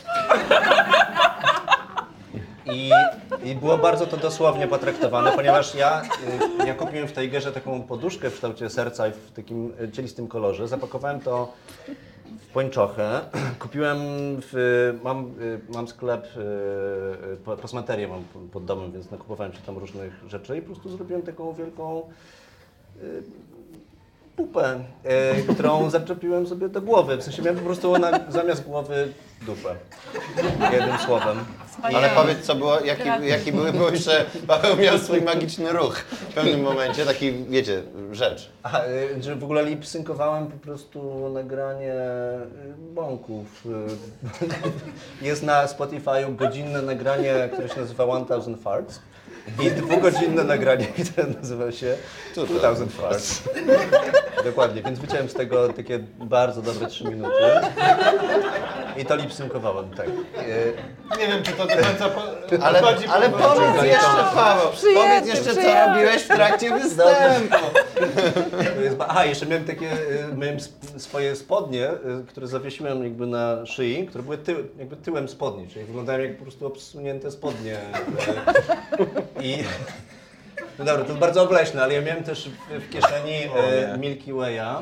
I, I było bardzo to dosłownie potraktowane, ponieważ ja, y, ja kupiłem w Tigerze taką poduszkę w kształcie serca i w takim y, cielistym kolorze. Zapakowałem to w pończochę. Kupiłem, w, mam, y, mam sklep, y, y, pasmaterię mam pod domem, więc nakupowałem się tam różnych rzeczy i po prostu zrobiłem taką wielką y, pupę, y, którą zaczepiłem sobie do głowy. W sensie miałem po prostu na, zamiast głowy dupę. Jednym słowem. Ale powiedz co było, jaki, jaki były, bo jeszcze Paweł miał swój magiczny ruch w pewnym momencie, taki wiecie, rzecz. Aha, y, że w ogóle lip-synkowałem po prostu nagranie y, bąków. Y, Jest na Spotify'u godzinne nagranie, które się nazywa one thousand Farts i dwugodzinne nagranie, które nazywa się two thousand Farts. Dokładnie, więc wyciąłem z tego takie bardzo dobre trzy minuty i to lip-synkowałem, tak. Y, Nie wiem, czy to do końca po, Ale, podchodzi ale pod- powiedz jeszcze Paweł, Przyjęty, powiedz jeszcze co przyjęty. robiłeś w trakcie występu. To jest ba- Aha, jeszcze miałem takie, y, miałem sp- swoje spodnie, y, które zawiesiłem jakby na szyi, które były tył, jakby tyłem spodni, czyli wyglądają jak po prostu obsunięte spodnie. y, I no dobra, to jest bardzo obleśne, ale ja miałem też w, w kieszeni y, Milky Way'a.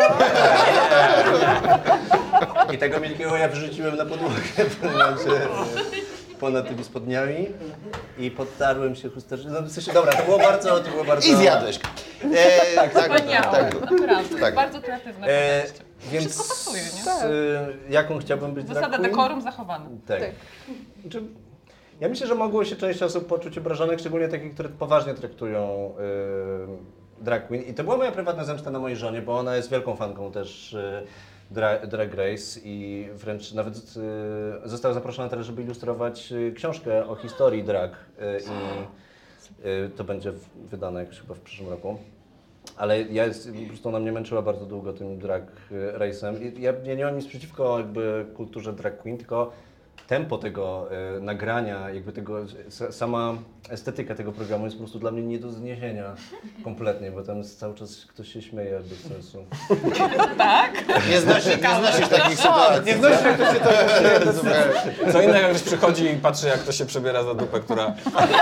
I tego Milky Way'a wrzuciłem na podłogę w pewnym momencie, y, ponad tymi spodniami i podtarłem się chusteczką. No w sensie, dobra, to było bardzo, to było bardzo... I zjadłeś. E, tak, tak, Wspaniałe, tak. naprawdę. Tak. Bardzo kreatywne E, podejście. więc Wszystko pasuje, nie? z, y, jaką chciałbym być drag Zasada queen? dekorum zachowana. Tak. Tak. Znaczy, ja myślę, że mogło się część osób poczuć obrażonych, szczególnie takich, które poważnie traktują y, drag queen. I to była moja prywatna zemsta na mojej żonie, bo ona jest wielką fanką też y, dra, Drag Race i wręcz nawet y, została zaproszona teraz, żeby ilustrować y, książkę o historii drag y, i y, to będzie w, wydane jakoś chyba w przyszłym roku. Ale ja jest, po prostu ona mnie męczyła bardzo długo tym drag y, race'em i ja, ja nie mam nic przeciwko jakby kulturze drag queen, tylko tempo tego y, nagrania, jakby tego, s- sama estetyka tego programu jest po prostu dla mnie nie do zniesienia kompletnie, bo tam jest cały czas ktoś się śmieje bez sensu. Nie znosisz, nie znosisz takich sytuacji. Nie znosi jak to się to Super. Co innego, jak ktoś przychodzi i patrzy, jak to się przebiera za dupę, która...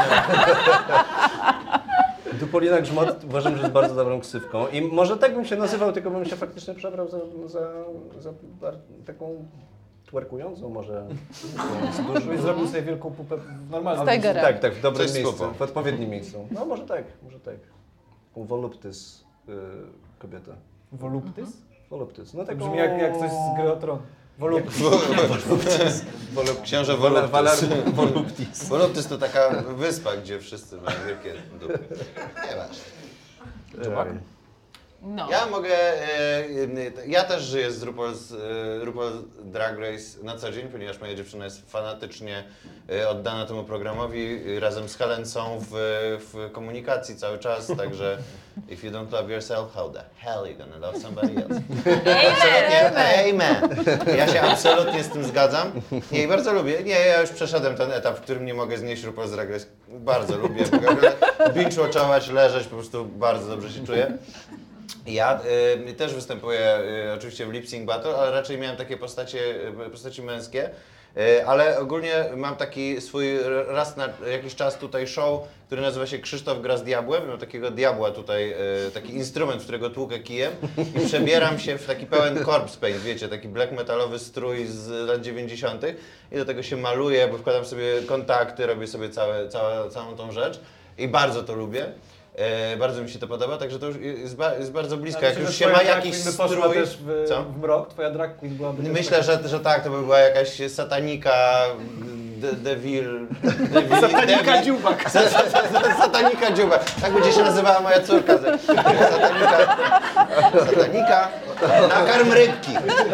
Dupolina Grzmot uważam, że jest bardzo dobrą ksywką i może tak bym się nazywał, tylko bym się faktycznie przebrał za, za, za bar- taką twerkującą może. z dużym- Zrobił sobie wielką pupę w normalnym Z Tigera. Tak, tak, w dobrym Coś z miejscu, pupą. w odpowiednim miejscu. No może tak, może tak. Taką voluptys y, kobietę. Voluptys? Voluptys, no To taką... brzmi jak, jak coś z gry o tron. Voluptys. Książę Valar- Voluptys. Valar- Voluptis. Voluptys to taka wyspa, gdzie wszyscy mają wielkie dupy. Nie masz. Ej. No. Ja mogę, e, e, ja też żyję z RuPaul's, e, RuPaul's Drag Race na co dzień, ponieważ moja dziewczyna jest fanatycznie e, oddana temu programowi, e, razem z Helen są w, w komunikacji cały czas, także if you don't love yourself, how the hell you gonna love somebody else? Absolutnie, amen. Ja się absolutnie z tym zgadzam. Nie, i bardzo lubię. Nie, ja już przeszedłem ten etap, w którym nie mogę znieść RuPaul's Drag Race. Bardzo lubię. Mogę binge-watchować, leżeć, po prostu bardzo dobrze się czuję. Ja y, też występuję y, oczywiście w Lip Sync Battle, ale raczej miałem takie postacie, y, postaci męskie. E, Ale ogólnie mam taki swój raz na jakiś czas tutaj show, który nazywa się Krzysztof gra z diabłem. Mam takiego diabła tutaj, e, taki instrument, w którego tłukę kijem i przebieram się w taki pełen corpse paint, wiecie, taki black metalowy strój z lat dziewięćdziesiątych i do tego się maluję, bo wkładam sobie kontakty, robię sobie całe, całe, całą tą rzecz i bardzo to lubię. E, bardzo mi się to podoba, także to już jest, ba jest bardzo blisko. Jak już się ma jakiś strój... też w, Co? w mrok, twoja drag queen byłaby... też Myślę, że, że tak, to by była jakaś satanika, de, devil, devil... Satanika dziubak. Sa- sa- sa- Satanika dziubak. Tak będzie się nazywała moja córka. Satanika, satanika nakarm rybki.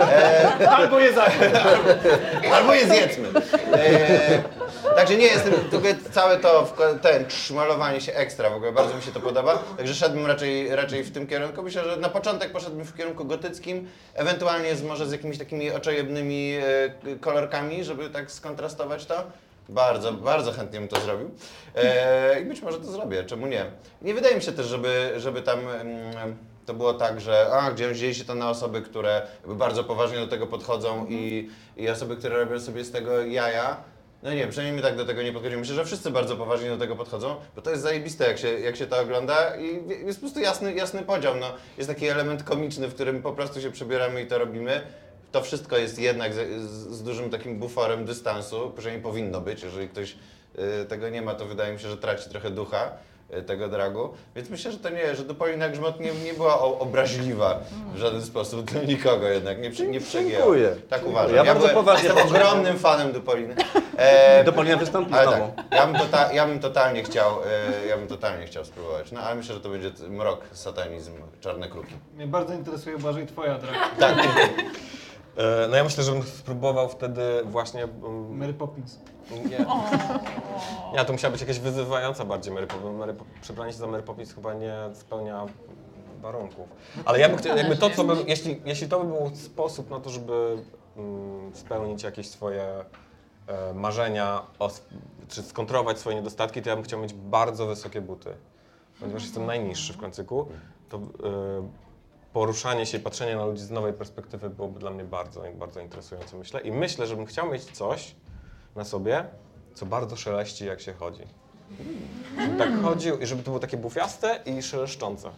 E, Albo je zajmę. albo je zjedzmy. E, Także nie jestem, tylko całe to, wkład- ten trz, malowanie się ekstra, w ogóle bardzo mi się to podoba. Także szedłbym raczej, raczej w tym kierunku. Myślę, że na początek poszedłbym w kierunku gotyckim, ewentualnie z, może z jakimiś takimi oczojebnymi e, kolorkami, żeby tak skontrastować to. Bardzo, bardzo chętnie bym to zrobił. E, I być może to zrobię, czemu nie? Nie wydaje mi się też, żeby, żeby tam mm, to było tak, że a, gdzie dzieje się to na osoby, które jakby bardzo poważnie do tego podchodzą i, i osoby, które robią sobie z tego jaja. No nie wiem, przynajmniej my tak do tego nie podchodzimy. Myślę, że wszyscy bardzo poważnie do tego podchodzą, bo to jest zajebiste, jak się, jak się to ogląda i jest po prostu jasny, jasny podział. No, jest taki element komiczny, w którym po prostu się przebieramy i to robimy. To wszystko jest jednak z, z, z dużym takim buforem dystansu, przynajmniej powinno być. Jeżeli ktoś y, tego nie ma, to wydaje mi się, że traci trochę ducha y, tego dragu. Więc myślę, że to nie, że Dupolina Grzmot nie, nie była o, obraźliwa w żaden sposób dla nikogo jednak, nie, przy- nie przegięła. Dziękuję. Tak uważam. Ja bardzo byłem, poważnie jestem podszedłem. ogromnym fanem Dupoliny. E, Dupolina wystąpi ale znowu. tak, ja bym, tota, ja bym totalnie chciał, e, ja bym totalnie chciał spróbować. No ale myślę, że to będzie t- mrok, satanizm, czarne kruki. Mnie bardzo interesuje Błażej twoja drag. Tak. E, No ja myślę, że bym spróbował wtedy właśnie... mm, Mary Poppins. Nie. Nie, to musiała być jakaś wyzywająca bardziej Mary Poppins. Mary, Pop- przebranie się za Mary Poppins chyba nie spełnia warunków. Ale ja bym chciał, jakby to, co bym, jeśli, jeśli to by był sposób na to, żeby mm, spełnić jakieś swoje e, marzenia, os- czy skontrolować swoje niedostatki, to ja bym chciał mieć bardzo wysokie buty. Ponieważ jestem najniższy w końcyku, to e, poruszanie się i patrzenie na ludzi z nowej perspektywy byłoby dla mnie bardzo, bardzo interesujące, myślę. I myślę, że bym chciał mieć coś na sobie, co bardzo szeleści, jak się chodzi. Żeby tak chodził i żeby to było takie bufiaste i szeleszczące.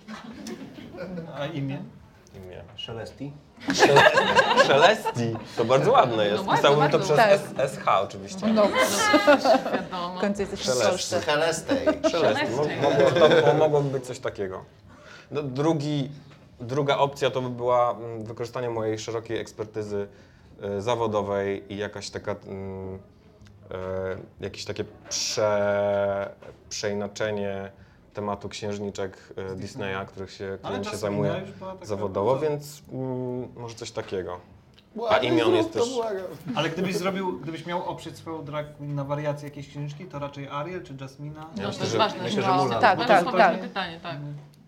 A imię? Imię. Szelesti. Szelesti. To bardzo ładne jest. No bardzo, Pisałbym to bardzo. przez Tak. S- SH oczywiście. No, Wiadomo. w końcu jesteśmy w Szelest. Polsce. Helestej. Szelesti. Mo- mogło- to- Mogłoby być coś takiego. No, drugi, druga opcja to by była mm, wykorzystanie mojej szerokiej ekspertyzy y, zawodowej i jakaś taka, mm, e, jakieś takie prze, przeinaczenie tematu księżniczek e, Disneya, których się, którymi się Jasmina zajmuję już była taka zawodowo, bardzo- więc mm, może coś takiego. A imion jest też... Ale gdybyś zrobił, gdybyś miał oprzeć swoją drag queen na wariację jakiejś księżniczki, to raczej Ariel czy Jasmina? Ja No, to myślę, jest że- ważne. myślę, że no. Mulan. Tak, Bardzo tak, ważne tak. pytanie, tak.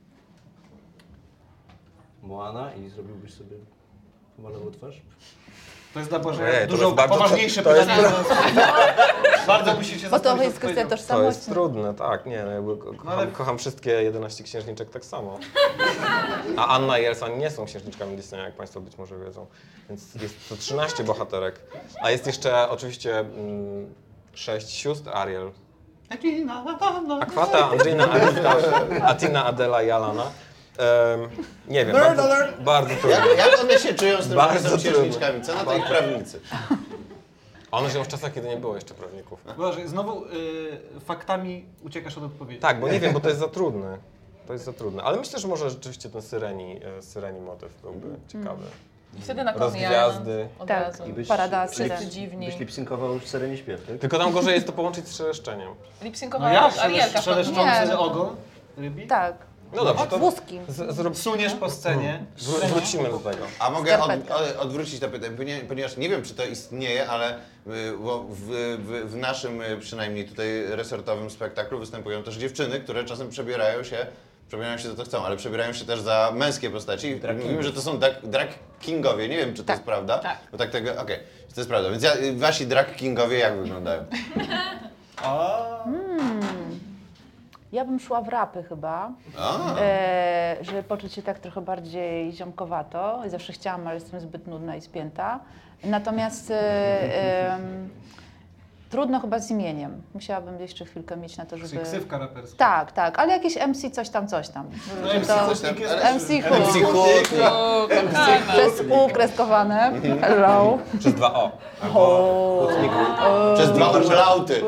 Moana i zrobiłbyś sobie pomalową twarz? To jest dla Błażeja Ojej, to dużo jest bardzo- poważniejsze to jest- pytanie. Bardzo musicie się Bo to zastanowić, jest kwestia odpowiedzią. To jest tożsamości. trudne, tak, nie, no jakby ko- kocham, ale- kocham wszystkie jedenaście księżniczek tak samo. A Anna i Elsa nie są księżniczkami Disneya, jak Państwo być może wiedzą, więc jest to trzynaście bohaterek. A jest jeszcze oczywiście mm, sześć sióstr Ariel. Akwata, Andrina, Arista, Atina, Adela i Alana. Em, nie wiem, bardzo, bardzo trudne. Jak, jak one się czują z tym, Bardzo że są księżniczkami? Co na to ich prawnicy? One żyją w czasach, kiedy nie było jeszcze prawników. Błażej, znowu y, faktami uciekasz od odpowiedzi. Tak, bo nie wiem, bo to jest za trudne. To jest za trudne, ale myślę, że może rzeczywiście ten syreni, e, syreni motyw byłby ciekawy. I wtedy na Rozgwiazdy. Od Tak. razu. I byś- Parada Wszyscy syren. dziwni. Byś lipsynkował już Sereni śpiew, tak? Tylko tam gorzej jest to połączyć z szeleszczeniem. No Lipsynkowała jak? Arielka. Szelesz- Szeleszczący Nie. ogon rybi? Tak. No dobrze, to Wózki. z, zrób, Suniesz po scenie. wró- wrócimy do tego. A mogę od, Skarpetka. od, odwrócić to pytanie, ponie- ponieważ nie wiem, czy to istnieje, ale y, bo w, w, w naszym y, przynajmniej tutaj resortowym spektaklu występują też dziewczyny, które czasem przebierają się, przebierają się za to chcą, ale przebierają się też za męskie postaci i mówimy, że to są drag, drag kingowie. Nie wiem, czy to Tak. jest prawda. Tak. Bo tak tego, okej, to jest prawda. Więc ja, y, wasi drag kingowie jak wyglądają? Ja bym szła w rapy chyba, e, żeby poczuć się tak trochę bardziej ziomkowato. Zawsze chciałam, ale jestem zbyt nudna i spięta. Natomiast e, em, trudno chyba z imieniem. Musiałabym jeszcze chwilkę mieć na to, żeby... Czyli ksywka raperska. Tak, tak, ale jakieś M C coś tam, coś tam. No, M C To- coś tam, ale- M C Hook. M C Hook. O, kochana. Przez U kreskowane. Hello. Przez dwa O. O. Przez dwa umlauty.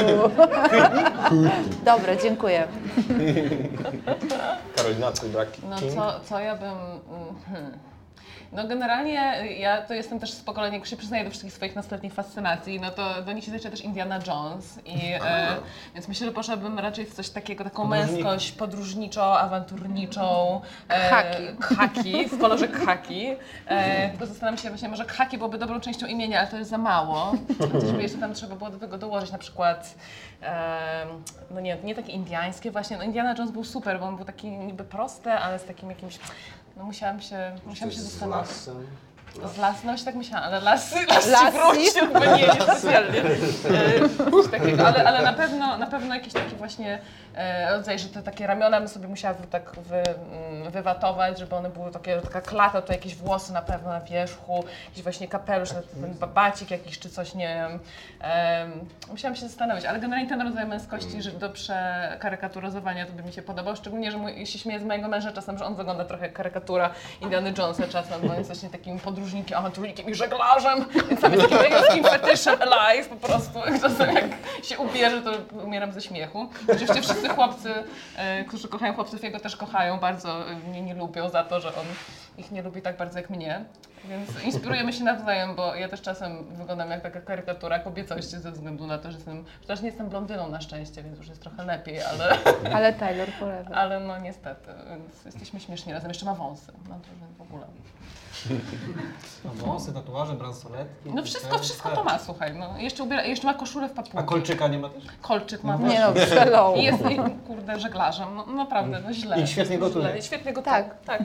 Dobra, dziękuję. Karolina, twój brak No king? co, co ja bym... mm, Hmm. No generalnie ja to jestem też z pokolenia, jak się przyznaję do wszystkich swoich nastoletnich fascynacji, no to do nich się zalicza też Indiana Jones i e, więc myślę, że poszłabym raczej w coś takiego, taką męskość podróżniczą, awanturniczą. E, Khaki. Khaki, w kolorze khaki. E, tylko zastanawiam się właśnie, może khaki byłoby dobrą częścią imienia, ale to jest za mało. Chociażby jeszcze tam trzeba było do tego dołożyć na przykład, e, no nie, nie takie indiańskie właśnie, no Indiana Jones był super, bo on był taki niby prosty, ale z takim jakimś, no musiałam się, musiałam się Z zastanowić. lasem. Z las, no się tak myślałam, ale lasy, lasy Lasy? wróć, chyba nie, nie specjalnie. E, coś takiego, ale, ale na pewno, na pewno jakiś taki właśnie e, rodzaj, że te takie ramiona bym sobie musiała wy, tak wy, mm, wywatować, żeby one były takie, taka klata, to jakieś włosy na pewno na wierzchu, jakiś właśnie kapelusz, ten babacik jakiś czy coś, nie wiem. E, musiałam się zastanowić, ale generalnie ten rodzaj męskości, że do przekarykaturzowania to by mi się podobał, szczególnie, że mój, się śmieję z mojego męża czasem, że on wygląda trochę jak karykatura Indiana Jonesa czasem, bo on jest właśnie takim podróżnikiem, awanturnikiem i żeglarzem, więc tam jest takim takim fetyszem alive po prostu. Czasem jak się ubierze, to umieram ze śmiechu. Oczywiście wszyscy chłopcy, e, którzy kochają chłopców, jego też kochają, bardzo e, mnie nie lubią za to, że on ich nie lubi tak bardzo jak mnie. Więc inspirujemy się nawzajem, bo ja też czasem wyglądam jak taka karykatura kobiecości ze względu na to, że jestem, że też nie jestem blondyną na szczęście, więc już jest trochę lepiej, ale, Ale Tyler Forever. ale no niestety, więc jesteśmy śmieszni razem. Jeszcze ma wąsy, no to że w ogóle. Wąsy, tatuaże, bransoletki. No wszystko, wszystko to ma, słuchaj, no. Jeszcze, ubiera, jeszcze ma koszulę w A papugi. kolczyka nie ma też? Kolczyk ma Nie też. no, hello. I jest, i, kurde, żeglarzem, no naprawdę, no źle. I świetnie gotuje. Źle. I świetnie gotuje. Tak. tak.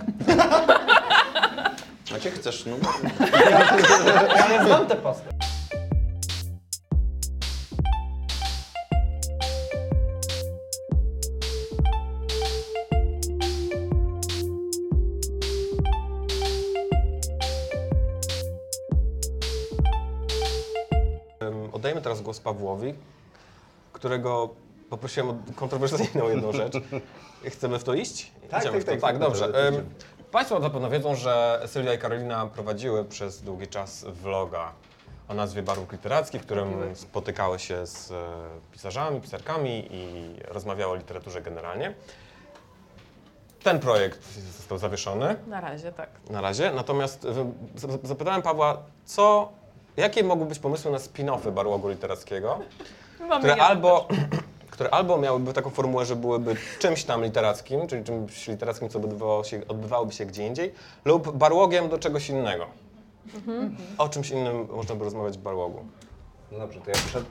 Macie, chcesz numer? Ja znam tę postać. Em, Oddajemy teraz głos Pawłowi, którego poprosiłem o kontrowersyjną jedną rzecz. Chcemy w to iść? Tak, Idziemy tak, w to. tak, tak tak, dobrze. tak, tak, Em, idziemy. Państwo zapewne wiedzą, że Sylwia i Karolina prowadziły przez długi czas vloga o nazwie Barwóg Literacki, w którym spotykały się z e, pisarzami, pisarkami i rozmawiały o literaturze generalnie. Ten projekt został zawieszony Na razie, tak. na razie, natomiast e, z- zapytałem Pawła, co, jakie mogły być pomysły na spin-offy Barłogu Literackiego, Mamy które jedno albo, które albo miałyby taką formułę, że byłyby czymś tam literackim, czyli czymś literackim, co odbywało się, odbywałoby się gdzie indziej, lub barłogiem do czegoś innego. O czymś innym można by rozmawiać w barłogu. No dobrze, to ja przed...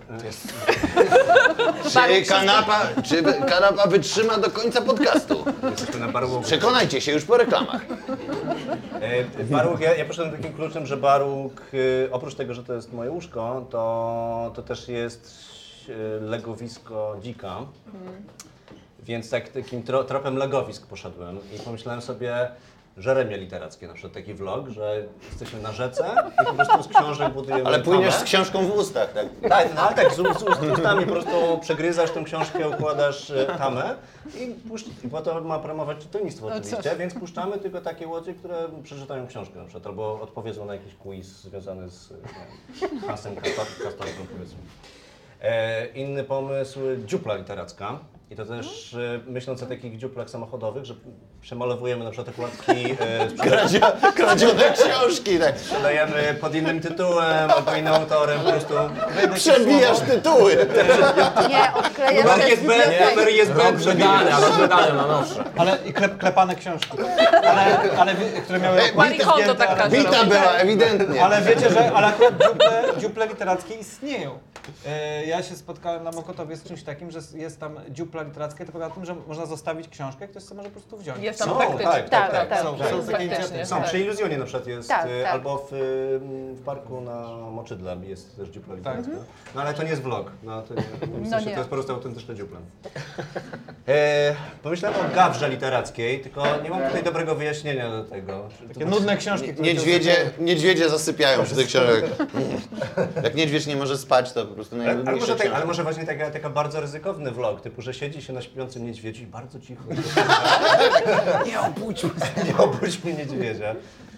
Czy kanapa, czy kanapa wytrzyma do końca podcastu? Jesteśmy na Barłogu. Przekonajcie się już po reklamach. E, Barłóg, ja, ja poszedłem takim kluczem, że Barłóg, e, oprócz tego, że to jest moje łóżko, to, to też jest e, legowisko dzika. Więc tak, takim tro, tropem legowisk poszedłem i pomyślałem sobie, Żeremie literackie, na przykład taki vlog, że jesteśmy na rzece i po prostu z książek budujemy Ale płyniesz tamę. z książką w ustach, tak? Tak, no, tak, z, z, z ustami po prostu przegryzasz tę książkę, układasz e, tamę i puszcz, bo to ma promować czytelnictwo oczywiście, więc puszczamy tylko takie łodzie, które przeczytają książkę na przykład, albo odpowiedzą na jakiś quiz związany z nie wiem, Hansem Kastorpem powiedzmy. E, inny pomysł, dziupla literacka. I to też e, myśląc o takich dziuplach samochodowych, że przemalowujemy na przykład okładki, e, Kradzia, kradzione książki, tak. sprzedajemy pod innym tytułem albo innym autorem, po prostu Przebijasz tytuły. Nie, odklejasz numer te jest B, biblioteki. numer jest B, Rok wydania, rok wydania na nowsze. Ale i klep, klepane książki. Ale, ale wie- które miały okładki Marie Kondo zdjęte, tak ale- każe. Wita była, ewidentnie. Ale wiecie, że ale akurat dziuple, dziuple literackie istnieją. E, Ja się spotkałem na Mokotowie z czymś takim, że jest tam dziupla dziupla literackiej, to polega na tym, że można zostawić książkę, ktoś sobie może po prostu wziąć. Jest tam Są, praktycznie. tak, tak, tak, tak. Są, Tak, są takie faktycznie, inicjatywy. Są, tak. przy Iluzjonie na przykład jest, Tak, y, tak. albo w, y, w parku na Moczydle jest też dziupla literacka. No ale to nie jest vlog, no, to, nie, w sensie, nie. to jest po prostu autentyczne dziuple. E, pomyślałem o gawrze literackiej, tylko nie mam tutaj dobrego wyjaśnienia do tego. Takie nudne książki, które Niedźwiedzie, niedźwiedzie zasypiają przy tych książek. Jak niedźwiedź nie może spać, to po prostu Ale, ale, najnudniejsze może tak, ale książki. może właśnie taka, taka bardzo ryzykowny vlog, typu, że siedzi się na śpiącym niedźwiedziu i bardzo cicho. Nie obudź mnie, nie obudź mnie niedźwiedzia.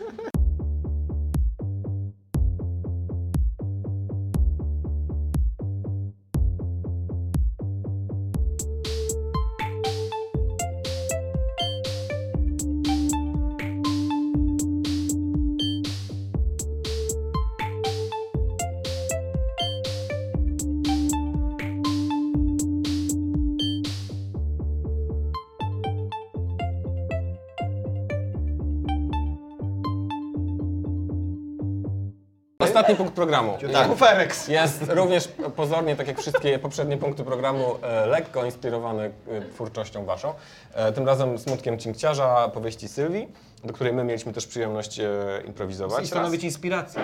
Ostatni punkt programu. Tak. Kufereks. Jest również pozornie, tak jak wszystkie poprzednie punkty programu, e, lekko inspirowany e, twórczością waszą. E, tym razem smutkiem cinkciarza, powieści Sylwii, do której my mieliśmy też przyjemność e, improwizować. I stanowić inspirację.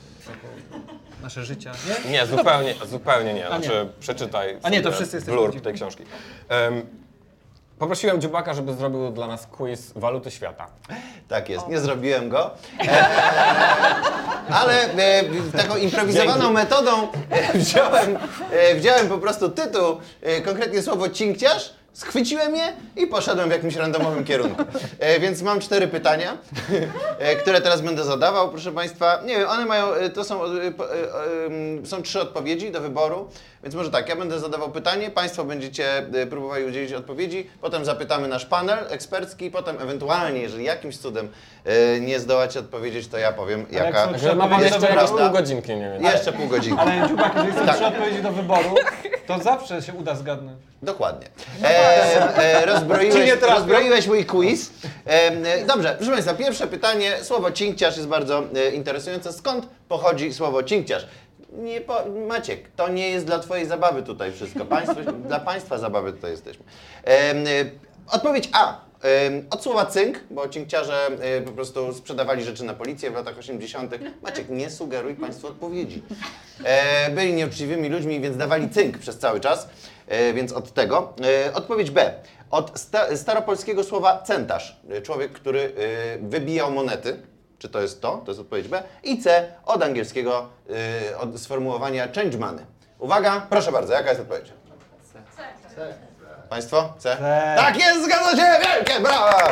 Nasze życia, nie? Nie, zupełnie, zupełnie nie. A nie. Znaczy, przeczytaj A nie, to sobie wszyscy jesteśmy blurb dziwni. tej książki. Em, poprosiłem Dziubaka, żeby zrobił dla nas quiz waluty świata. Tak jest, nie zrobiłem go. E, ale e, taką improwizowaną metodą e, wziąłem, e, wziąłem po prostu tytuł, e, konkretnie słowo cinkciarz, schwyciłem je i poszedłem w jakimś randomowym kierunku. E, więc mam cztery pytania, e, które teraz będę zadawał, proszę Państwa. Nie wiem, one mają, e, to są, e, po- e, e, są trzy odpowiedzi do wyboru, więc może tak, ja będę zadawał pytanie, Państwo będziecie e, próbowali udzielić odpowiedzi, potem zapytamy nasz panel ekspercki, potem ewentualnie, jeżeli jakimś cudem e, nie zdołacie odpowiedzieć, to ja powiem, Ale jaka jak są Także ma pan Odpowiedzi jeszcze do jakieś wyboru. pół godzinki, nie wiem. jeszcze pół godziny. Ale Dziubak, jeżeli są Tak. trzy odpowiedzi do wyboru, to zawsze się uda zgadnąć. Dokładnie. E, e, rozbroiłeś, Czy nie trafią? rozbroiłeś mój quiz. E, e, dobrze, proszę Państwa, pierwsze pytanie. Słowo cinkciarz jest bardzo e, interesujące. Skąd pochodzi słowo cinkciarz? Nie po, Maciek, to nie jest dla Twojej zabawy tutaj wszystko. Państwo, dla Państwa zabawy tutaj jesteśmy. E, e, odpowiedź A. Ym, Od słowa cynk, bo cinkciarze y, po prostu sprzedawali rzeczy na policję w latach osiemdziesiątych. Maciek, nie sugeruj Państwu odpowiedzi. E, byli nieuczciwymi ludźmi, więc dawali cynk przez cały czas, e, więc od tego. E, odpowiedź B. Od sta staropolskiego słowa centarz, e, człowiek, który y, wybijał monety. Czy to jest to? To jest odpowiedź B. I C. Od angielskiego y, od sformułowania change money. Uwaga, proszę bardzo, jaka jest odpowiedź? Państwo? C? C. Tak jest, zgadza się! Wielkie brawa!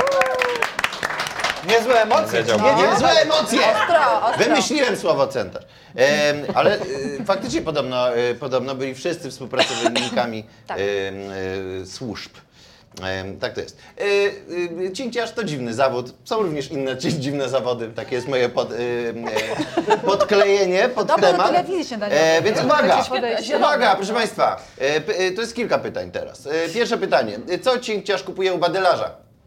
Niezłe emocje. Wiedział. czy nie? Nie, złe emocje! Ostro, ostro. Wymyśliłem słowo centarz. Em, ale y, faktycznie podobno, y, podobno byli wszyscy współpracownikami Tak. em, y, służb. Em, tak to jest. Y, y, cinkciarz to dziwny zawód. Są również inne ci- dziwne zawody. Takie jest moje pod, y, y, podklejenie pod Dobra, do temat. telewizji śniadaniowej. E, więc uwaga, Jakieś podejście. uwaga, proszę Państwa. E, p- e, to jest kilka pytań teraz. E, pierwsze pytanie. E, Co cinkciarz kupuje u badylarza?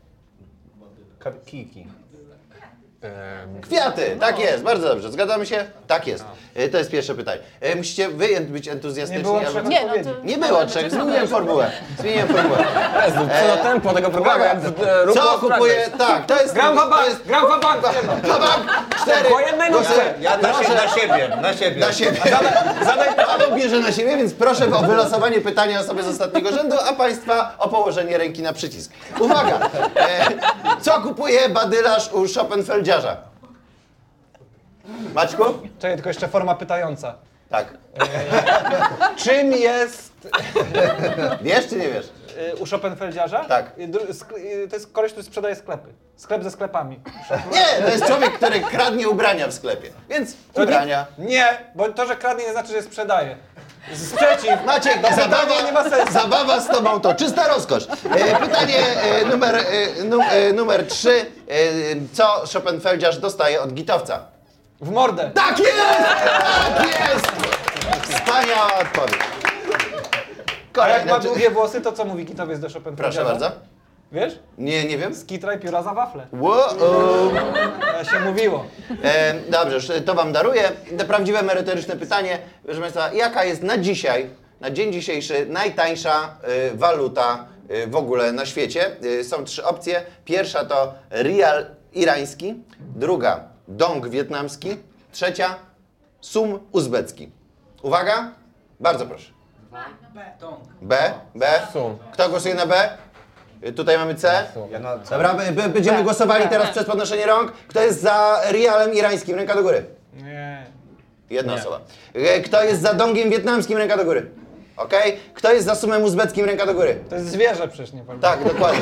Kiki. Em, Kwiaty, tak jest, bardzo dobrze. Zgadzamy się? Tak jest. E, To jest pierwsze pytanie. E, Musicie wy być entuzjastyczni. Nie było albo- trzech Nie, no odpowiedzi. to... Nie było trzech, zmieniłem formułę. Zmieniłem formułę. Jezu, co na tempo tego programu, jak w e, Co RuPaul's Drag kupuje? Race. Tak, to jest... Gram w to bank, jest gram w bank. cztery. Po jednej Głosy. nutce. Ja na, sie na siebie, na siebie. Na siebie. Zadaj, Paweł bierze na siebie, więc proszę o wylosowanie pytania osoby z ostatniego rzędu, a Państwa o położenie ręki na przycisk. Uwaga! E, co kupuje badylarz u Schopenfeldziarza? Maćku? Czekaj, tylko jeszcze forma pytająca. Tak. Czym jest Wiesz czy nie wiesz? y, u Schopenfeldziarza? Tak. Y, dru- sk- y, To jest koleś, który sprzedaje sklepy. Sklep ze sklepami. Nie, to jest człowiek, który kradnie ubrania w sklepie. Więc ubrania. Nie, bo to, że kradnie nie znaczy, że sprzedaje. Sprzeciw. Maciek, no zabawa, nie ma sensu. zabawa z tobą to czysta rozkosz. E, pytanie e, numer, e, nu, e, numer trzy. E, co Schopenfeldziarz dostaje od gitowca? W mordę. Tak jest! Tak jest! Wspaniała odpowiedź. A jak ma Kolejne. długie włosy, to co mówi kitowiec do Schopenfeldziarza? Proszę bardzo. Wiesz? Nie, nie wiem. Skitraj pióra za wafle. Wow. To się mówiło. E, dobrze, to wam daruję. To prawdziwe merytoryczne pytanie. Proszę Państwa, jaka jest na dzisiaj na dzień dzisiejszy najtańsza y, waluta y, w ogóle na świecie. Y, są trzy opcje. Pierwsza to rial irański, druga dong wietnamski, trzecia sum uzbecki. Uwaga, bardzo proszę. B, B. Sum. Kto głosuje na B? Y, Tutaj mamy C. Ja na C. Dobra, b- b- będziemy głosowali teraz przez podnoszenie rąk. Kto jest za rialem irańskim? Ręka do góry. Nie. Jedna osoba. E, Kto jest za dongiem wietnamskim? Ręka do góry. Okej? Kto jest za sumem uzbeckim? Ręka do góry. To jest zwierzę przecież, nie pamiętam. Tak, dokładnie.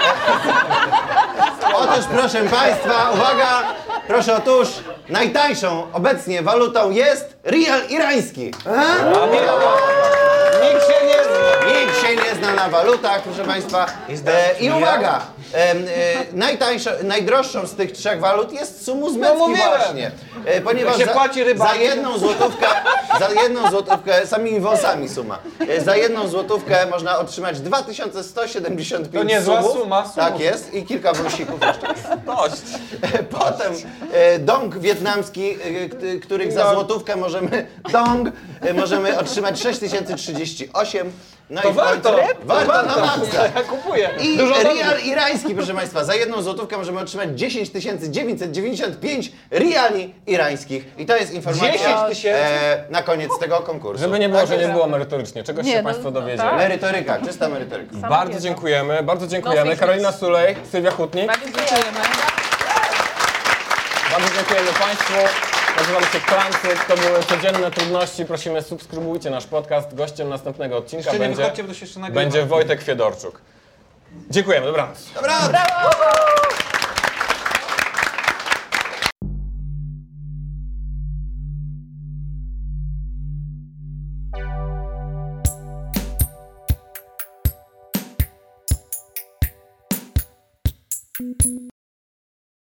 Otóż, proszę Państwa, uwaga! Proszę, otóż najtańszą obecnie walutą jest rial irański. Nikt się nie zna. Nikt się nie zna na walutach, proszę Państwa. E, I uwaga! E, e, najtańszą, najdroższą z tych trzech walut jest sum uzbecki No mówiłem. właśnie. E, ponieważ Jak się za, płaci rybaki. za jedną złotówkę, za jedną złotówkę, samymi wąsami suma, e, za jedną złotówkę można otrzymać dwa tysiące sto siedemdziesiąt pięć To niezła sumów. suma, sumów. Tak jest i kilka wąsików jeszcze. Dość. Potem e, dong wietnamski, e, k- których za złotówkę możemy dong, e, możemy otrzymać sześć tysięcy trzydzieści osiem. No To i w końcu- warto. Warto na maksa. Ja kupuję. I Dużo rial irański, proszę Państwa, za jedną złotówkę możemy otrzymać dziesięć tysięcy dziewięćset dziewięćdziesiąt pięć riali irańskich. I to jest informacja dziesięć tysięcy? e, na koniec tego konkursu. Żeby nie było, że nie było merytorycznie. Czegoś Nie, się no, Państwo no dowiedzieli. tak. Merytoryka, czysta merytoryka. Sama Bardzo wiedza. dziękujemy, bardzo No, dziękujemy. fake Karolina news. Sulej, Sylwia Hutnik. Bardzo dziękujemy. Bardzo dziękujemy Państwu. Nazywamy się Klancyk, to były codzienne trudności. Prosimy, subskrybujcie nasz podcast. Gościem następnego odcinka Jeszcze nie będzie, wychodźcie, bo to się jeszcze nagrywa. będzie Wojtek Fiedorczuk. Dziękujemy, dobranoc. Dobra!